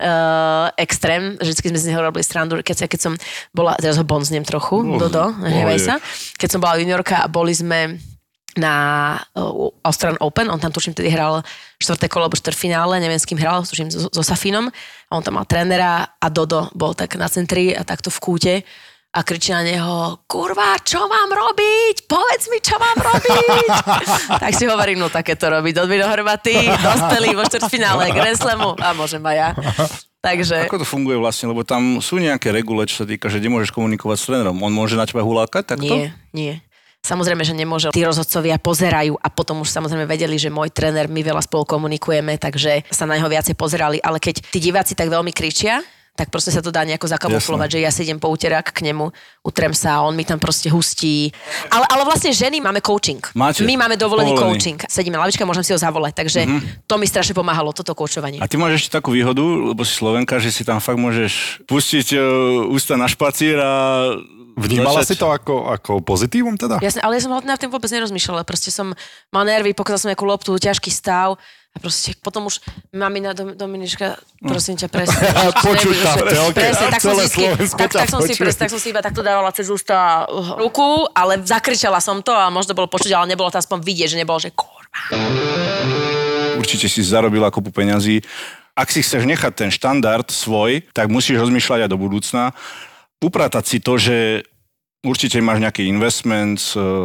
uh, extrém, že vždycky sme z neho robili srandu, keď, keď som bola, teraz ho bonzniem trochu, uh, Dodo, nehnevaj sa, keď som bola juniorka a boli sme na uh, Australian Open, on tam tuším tedy hral štvrté kolo, alebo štvrťfinále, neviem s kým hral, tuším so, so Safinom, a on tam mal trénera a Dodo bol tak na centri a takto v kúte a kričí na neho, kurva, čo mám robiť? Povedz mi, čo mám robiť? Tak si hovorím, no takéto robí Domino Hrbatý, dospelý vo štvrťfinále Grand Slamu a môžem aj ja. Takže... Ako to funguje vlastne? Lebo tam sú nejaké regule, čo sa týka, že nemôžeš komunikovať s trénerom. On môže na teba hulákať takto? Nie, nie. Samozrejme, že nemôže. Tí rozhodcovia pozerajú a potom už samozrejme vedeli, že môj tréner, my veľa spolu komunikujeme, takže sa na neho viacej pozerali. Ale keď tí diváci tak veľmi kričia, tak proste sa to dá nejako zakamuflovať, že ja si idem po úterák k nemu, utrem sa a on mi tam proste hustí. Ale, ale vlastne ženy máme coaching. Máte? My máme dovolený Povolený. coaching. Sedíme na lavičke, môžem si ho zavolať, takže mm-hmm. to mi strašne pomáhalo, toto coachovanie. A ty máš ešte takú výhodu, lebo si Slovenka, že si tam fakt môžeš pustiť uh, ústa na špacír a... Vnímala začať... si to ako, ako pozitívum teda? Jasne, ale ja som hlavne na tým vôbec nerozmýšľala. Proste som mal nervy, pokazal som nejakú loptu, ťažký stav a proste potom už mamina Dom, Dominička, prosím ťa, presne. Počuť tam, presne, tak som si, tak, tak, som si, presne, tak som si iba takto dávala cez ústa ruku, ale zakričala som to a možno bolo počuť, ale nebolo to aspoň vidieť, že nebolo, že kurva. Určite si zarobila kopu peňazí. Ak si chceš nechať ten štandard svoj, tak musíš rozmýšľať aj do budúcna. Upratať si to, že určite máš nejaký investment,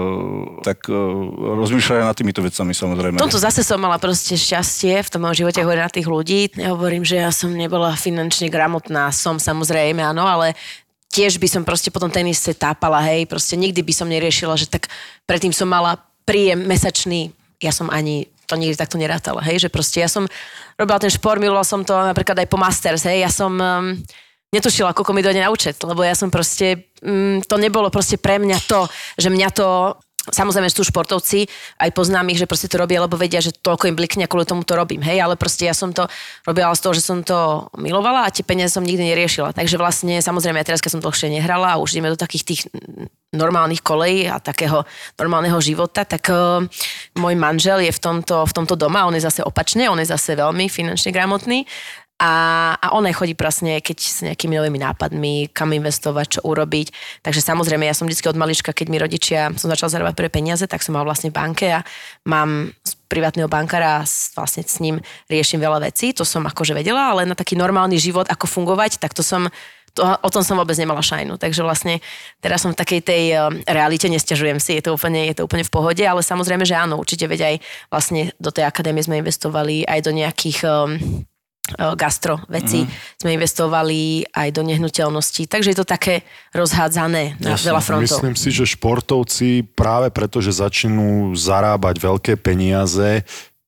tak rozmýšľaj nad týmito vecami samozrejme. V tomto zase som mala proste šťastie v tom mojom živote hovorím na tých ľudí. Ja hovorím, že ja som nebola finančne gramotná, som samozrejme, áno, ale tiež by som proste po tom tenise tápala, hej, proste nikdy by som neriešila, že tak predtým som mala príjem mesačný, ja som ani to nikdy takto nerátala, hej, že proste ja som robila ten šport, milovala som to napríklad aj po Masters, hej, ja som... Um, netušila, koľko mi dojde na účet, lebo ja som proste, mm, to nebolo proste pre mňa to, že mňa to, samozrejme sú športovci, aj poznám ich, že proste to robia, lebo vedia, že toľko im blikne, kvôli tomu to robím, hej, ale proste ja som to robila z toho, že som to milovala a tie peniaze som nikdy neriešila, takže vlastne, samozrejme, ja teraz, keď som dlhšie nehrala a už ideme do takých tých normálnych kolejí a takého normálneho života, tak uh, môj manžel je v tomto, v tomto doma, on je zase opačne, on je zase veľmi finančne gramotný. A, a on aj chodí presne, keď s nejakými novými nápadmi, kam investovať, čo urobiť. Takže samozrejme, ja som vždy od malička, keď mi rodičia, som začala zarábať prvé peniaze, tak som mal vlastne v banke a mám z privátneho bankára a vlastne s ním riešim veľa vecí. To som akože vedela, ale na taký normálny život, ako fungovať, tak to som, to, o tom som vôbec nemala šajnu. Takže vlastne teraz som v takej tej realite, nesťažujem si, je to úplne, je to úplne v pohode, ale samozrejme, že áno, určite veď aj vlastne do tej akadémie sme investovali, aj do nejakých... Um, gastro veci mm-hmm. sme investovali aj do nehnuteľností, takže je to také rozhádzané na Jasne, veľa frontov. Myslím si, že športovci práve preto, že začnú zarábať veľké peniaze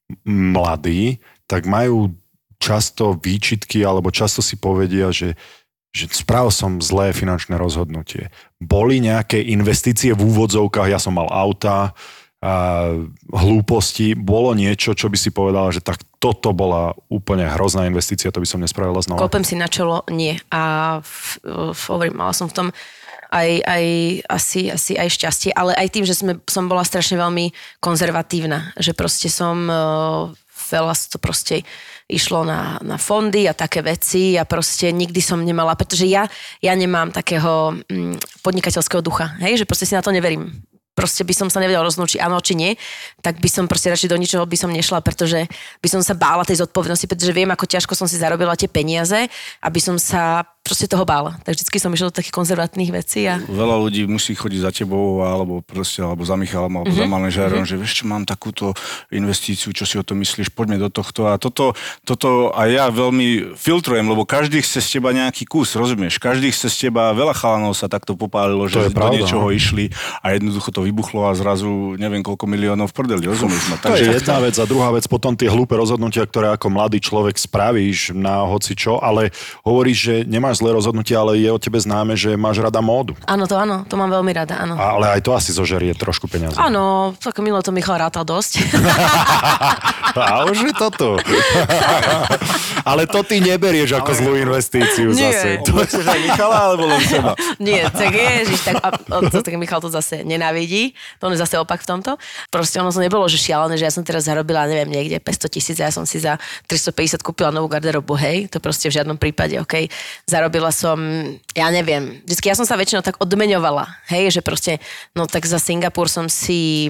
mladí, tak majú často výčitky alebo často si povedia, že že spravil som zlé finančné rozhodnutie. Boli nejaké investície v úvodzovkách, ja som mal auta, a hlúposti, bolo niečo, čo by si povedala, že tak toto bola úplne hrozná investícia, to by som nespravila znova? Kopem si na čelo, nie. A hovorím, mala som v tom aj, aj asi, asi aj šťastie, ale aj tým, že sme, som bola strašne veľmi konzervatívna, že proste som veľa to proste išlo na, na fondy a také veci a proste nikdy som nemala, pretože ja, ja nemám takého mm, podnikateľského ducha, hej, že proste si na to neverím. Proste by som sa nevedela rozhodnúť, či áno, či nie, tak by som proste radšej do ničoho by som nešla, pretože by som sa bála tej zodpovednosti, pretože viem, ako ťažko som si zarobila tie peniaze, aby som sa proste toho bála. Tak vždycky som išla do takých konzervatívnych vecí. A... Veľa ľudí musí chodiť za tebou, alebo proste, alebo za Michalom, alebo mm-hmm. za manažérom, mm-hmm. že vieš čo, mám takúto investíciu, čo si o tom myslíš, poďme do tohto. A toto, toto aj ja veľmi filtrujem, lebo každý chce z teba nejaký kus, rozumieš? Každý chce z teba, veľa chalanov sa takto popálilo, že do pravda, niečoho no. išli a jednoducho to vybuchlo a zrazu neviem koľko miliónov v prdeli, rozumieš ma? To Takže je jedna vec a druhá vec, potom tie hlúpe rozhodnutia, ktoré ako mladý človek spravíš na hocičo, ale hovoríš, že nemáš zlé rozhodnutie, ale je o tebe známe, že máš rada módu. Áno, to áno, to mám veľmi rada, áno. A, ale aj to asi zožerie trošku peniazy. Áno, tak milo to Michal rátal dosť. A už je to tu. Ale to ty neberieš ako ale... zlú investíciu Nie. zase. To chceš aj Michala, alebo len seba? Nie, tak ježiš, tak, a, a, to, tak Michal to zase nenávidí. To on je zase opak v tomto. Proste ono to nebolo, že šialené, že ja som teraz zarobila, neviem, niekde päťsto tisíc, ja som si za tristopäťdesiat kúpila novú garderobu, hej, to proste v žiadnom prípade, okej. Okay. Zarobila som, ja neviem, vždycky ja som sa väčšinou tak odmeňovala, hej, že proste, no tak za Singapur som si,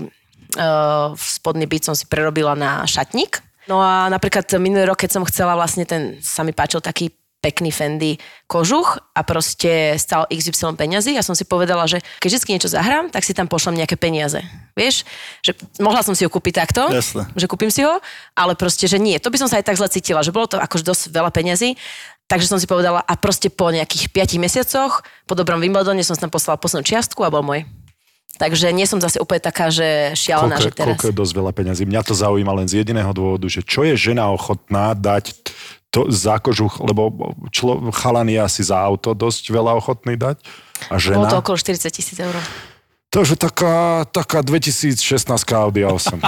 uh, spodný byt som si prerobila na šatník. No a napríklad minulý rok, keď som chcela vlastne ten, sa mi páčil taký pekný Fendi kožuch a proste stal iks ypsilon peňazí. Ja som si povedala, že keď vždycky niečo zahrám, tak si tam pošlem nejaké peniaze. Vieš? Že mohla som si ho kúpiť takto, Jasne. že kúpim si ho, ale proste, že nie. To by som sa aj tak zle cítila, že bolo to akože dosť veľa peňazí. Takže som si povedala a proste po nejakých piatich mesiacoch, po dobrom Wimbledone som tam poslala poslednú čiastku a bol môj. Takže nie som zase úplne taká, že šialená, koľko, že teraz... Koľko je dosť veľa peňazí. Mňa to zaujíma len z jediného dôvodu, že čo je žena ochotná dať to za kožuch, lebo člo, chalan je asi za auto dosť veľa ochotný dať. A žena... Bolo to okolo štyridsať tisíc eur. To je taká, taká dvetisícšestnásť Audi á osem.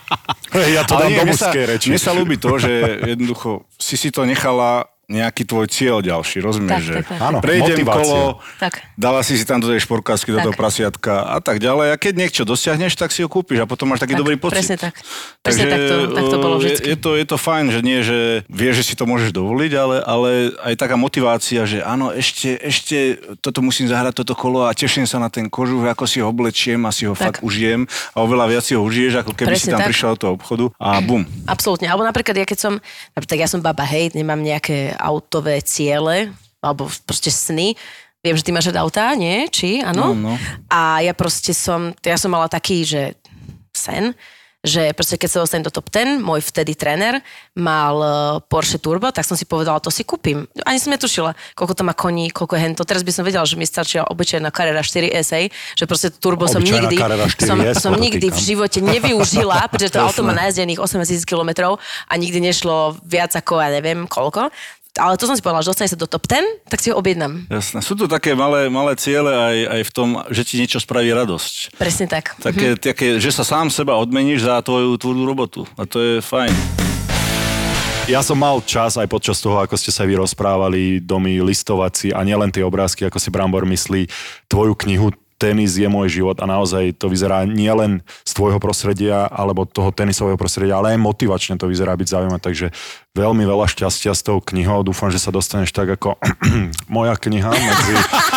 Hey, ja to dám do mužskej reči. Mne sa ľúbi to, že jednoducho si si to nechala nejaký tvoj cieľ ďalší, rozumieš, tak, že tak, tak. Áno, prejdem motivácia. kolo, tak. dala si si tam do tej športkásky, do toho prasiatka a tak ďalej. A keď niečo dosiahneš, tak si ho kúpiš a potom máš taký tak, dobrý pocit. Presne tak. Presne Takže tak to, tak to bolo vždycky. Je, je, to, je to fajn, že nie, že vieš, že si to môžeš dovoliť, ale, ale aj taká motivácia, že áno, ešte, ešte toto musím zahrať, toto kolo a teším sa na ten kožuch, ako si ho oblečiem a si ho tak. fakt užijem a oveľa viac si ho užiješ, ako keby Presne si tam tak. prišiel do toho obchodu a bum. Absolútne. Alebo napríklad ja keď som, tak ja som baba, hej, nemám nejaké autové ciele, alebo proste sny. Viem, že ty máš rád autá, nie? Či? Áno? No, no. A ja proste som, ja som mala taký, že sen, že proste keď sa dostanem do top desať, môj vtedy tréner mal Porsche Turbo, tak som si povedala, to si kúpim. Ani som netušila, koľko to má koní, koľko je hento. Teraz by som vedela, že mi stačila obyčajná Carrera štyri es á, že proste Turbo som nikdy, som, som nikdy v živote nevyužila, pretože to auto má najazdených osemnásť tisíc kilometrov a nikdy nešlo viac ako, ja neviem, koľko. Ale to som si povedala, že dostane sa do top desať, tak si ho objednám. Jasné. Sú to také malé, malé ciele aj, aj v tom, že ti niečo spraví radosť. Presne tak. Také, mm-hmm. také, že sa sám seba odmeníš za tvoju tvrdú robotu. A to je fajn. Ja som mal čas aj počas toho, ako ste sa vy rozprávali, domy listovať si a nielen tie obrázky, ako si Brambor myslí, tvoju knihu Tenis je môj život a naozaj to vyzerá nielen z tvojho prostredia alebo toho tenisového prostredia, ale aj motivačne to vyzerá byť zaujímavé, takže veľmi veľa šťastia s tou knihou. Dúfam, že sa dostaneš tak ako moja kniha medzi,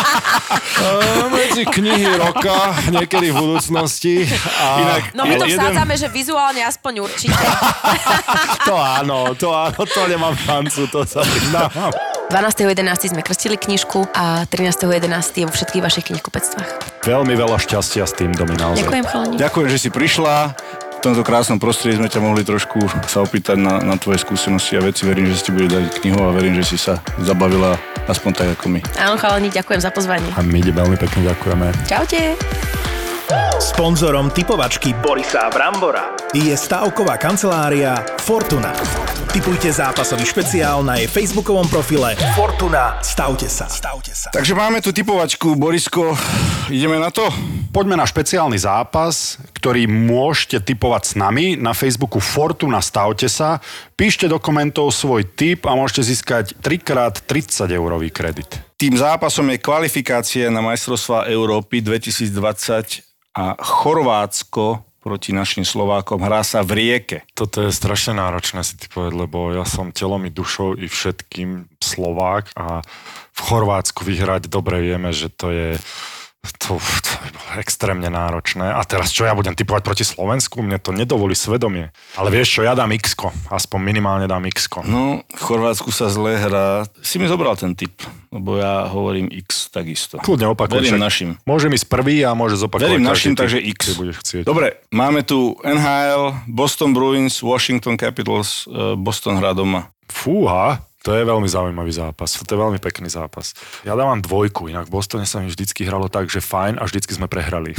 medzi knihy roka niekedy v budúcnosti. A Inak, no my to jeden... vsádzame, že vizuálne aspoň určite. To áno, to áno, to nemám šancu, to sa priznám. dvanásteho jedenásteho sme krstili knižku a trinásteho jedenásteho je vo všetkých vašich knihkupectvách. Veľmi veľa šťastia s tým, Domi, naozaj. Ďakujem, chalani. Ďakujem, že si prišla. V tomto krásnom prostredí sme ťa mohli trošku sa opýtať na, na tvoje skúsenosti a veci. Verím, že si ti bude dať knihu a verím, že si sa zabavila aspoň tak ako my. Áno, chalani, ďakujem za pozvanie. A my veľmi pekne ďakujeme. Čaute. Sponzorom typovačky Borisa a Brambora je stavková kancelária Fortuna. Tipujte zápasový špeciál na jej facebookovom profile Fortuna. Stavte sa. Stavte sa. Takže máme tu typovačku. Borisko, ideme na to? Poďme na špeciálny zápas, ktorý môžete tipovať s nami na Facebooku Fortuna. Stavte sa. Píšte do komentov svoj tip a môžete získať tri krát tridsať eurový kredit. Tým zápasom je kvalifikácia na majstrovstvá Európy dvetisícdvadsať a Chorvátsko proti našim Slovákom hrá sa v Rieke. Toto je strašne náročné si typovať, lebo ja som telom i dušou i všetkým Slovák a v Chorvátsku vyhrať dobre vieme, že to je to, to je extrémne náročné. A teraz čo ja budem typovať proti Slovensku? Mne to nedovolí svedomie. Ale vieš čo, ja dám X-ko. Aspoň minimálne dám X-ko. No, v Chorvátsku sa zle hrá. Si mi zobral ten tip. lebo ja hovorím X takisto. Kľudne opakuj. Verím však našim. Môžem ísť prvý a môže zopakovať. Verím každý našim, tým, takže X. keď budeš chcieť. Dobre, máme tu en há el, Boston Bruins, Washington Capitals, Boston hrá doma. Fúha, to je veľmi zaujímavý zápas. To je veľmi pekný zápas. Ja dávam dvojku, inak v Bostone sa mi vždycky hralo tak, že fajn a vždycky sme prehrali.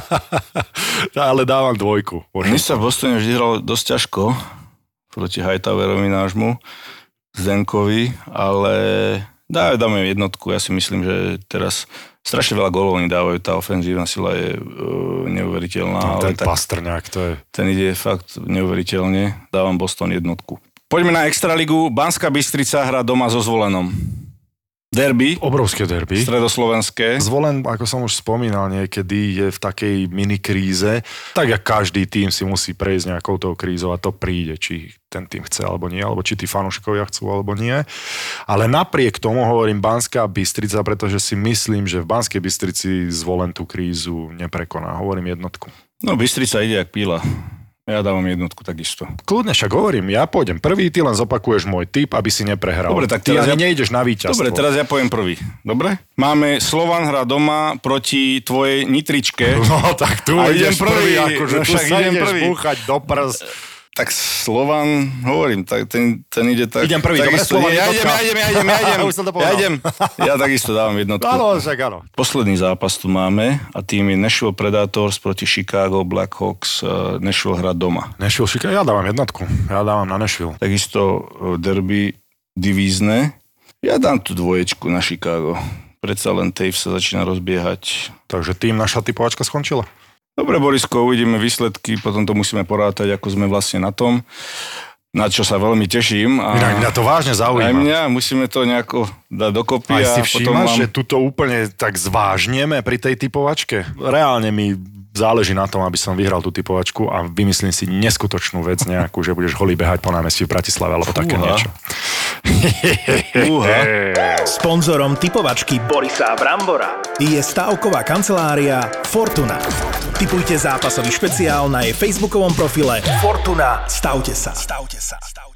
Ale dávam dvojku. Mne sa v Bostone vždy hralo dosť ťažko proti Hightowerovi nášmu, Zdenkovi, ale dá, dáme jednotku. Ja si myslím, že teraz strašne veľa gólov oni dávajú. Tá ofenzívna sila je uh, neuveriteľná. No, ten ale tak, Pastrňák, to je... Ten ide fakt neuveriteľne. Dávam Boston jednotku. Poďme na Extraligu. Banská Bystrica hrá doma so Zvolenom. Derby. Obrovské derby. Stredoslovenské. Zvolen, ako som už spomínal, niekedy je v takej minikríze. Tak jak každý tým si musí prejsť nejakou tou krízou a to príde, či ten tým chce alebo nie, alebo či tí fanúšikovia chcú alebo nie. Ale napriek tomu hovorím Banská Bystrica, pretože si myslím, že v Banskej Bystrici Zvolen tú krízu neprekoná. Hovorím jednotku. No Bystrica ide jak píla. Ja dávam jednotku takisto. Kľudne, však hovorím, ja pôjdem prvý, ty len zopakuješ môj tip, aby si neprehral. Dobre, tak ty teraz ani ja... nejdeš na víťazstvo. Dobre, teraz ja poviem prvý. Dobre? Máme Slovan hrá doma proti tvojej Nitričke. No tak tu a ideš idem prvý, akože no, tu však sa idem ideš prvý. búchať do prs. Tak Slovan, hovorím, tak ten, ten ide tak... Idem prvý, tak dobre, isto, Slovan ja idem, jednotka. ja idem, ja idem, ja idem, Už som to ja povedal. idem. Ja takisto dávam jednotku. Áno, však áno. Posledný zápas tu máme a tým je Nashville Predators proti Chicago Blackhawks. Nashville hrá doma. Nashville, Chicago, ja dávam jednotku. Ja dávam na Nashville. Takisto derby divízne. Ja dám tú dvoječku na Chicago. Predsa len Taves sa začína rozbiehať. Takže tým naša typovačka skončila. Dobre, Borisko, uvidíme výsledky, potom to musíme porátať, ako sme vlastne na tom, na čo sa veľmi teším. A Inak mňa to vážne aj zaujíma. mňa, musíme to nejako dať dokopy. Aj si a potom všímaš, mám... že tuto úplne tak zvážneme pri tej typovačke? Reálne mi záleží na tom, aby som vyhral tú typovačku a vymyslím si neskutočnú vec nejakú, že budeš holý behať po námestí v Bratislave alebo také Fúha. niečo. Fúha. Sponzorom typovačky Borisa Brambora je stavková kancelária Fortuna. Tipujte zápasový špeciál na jej facebookovom profile Fortuna. Stavte sa. Stavte sa.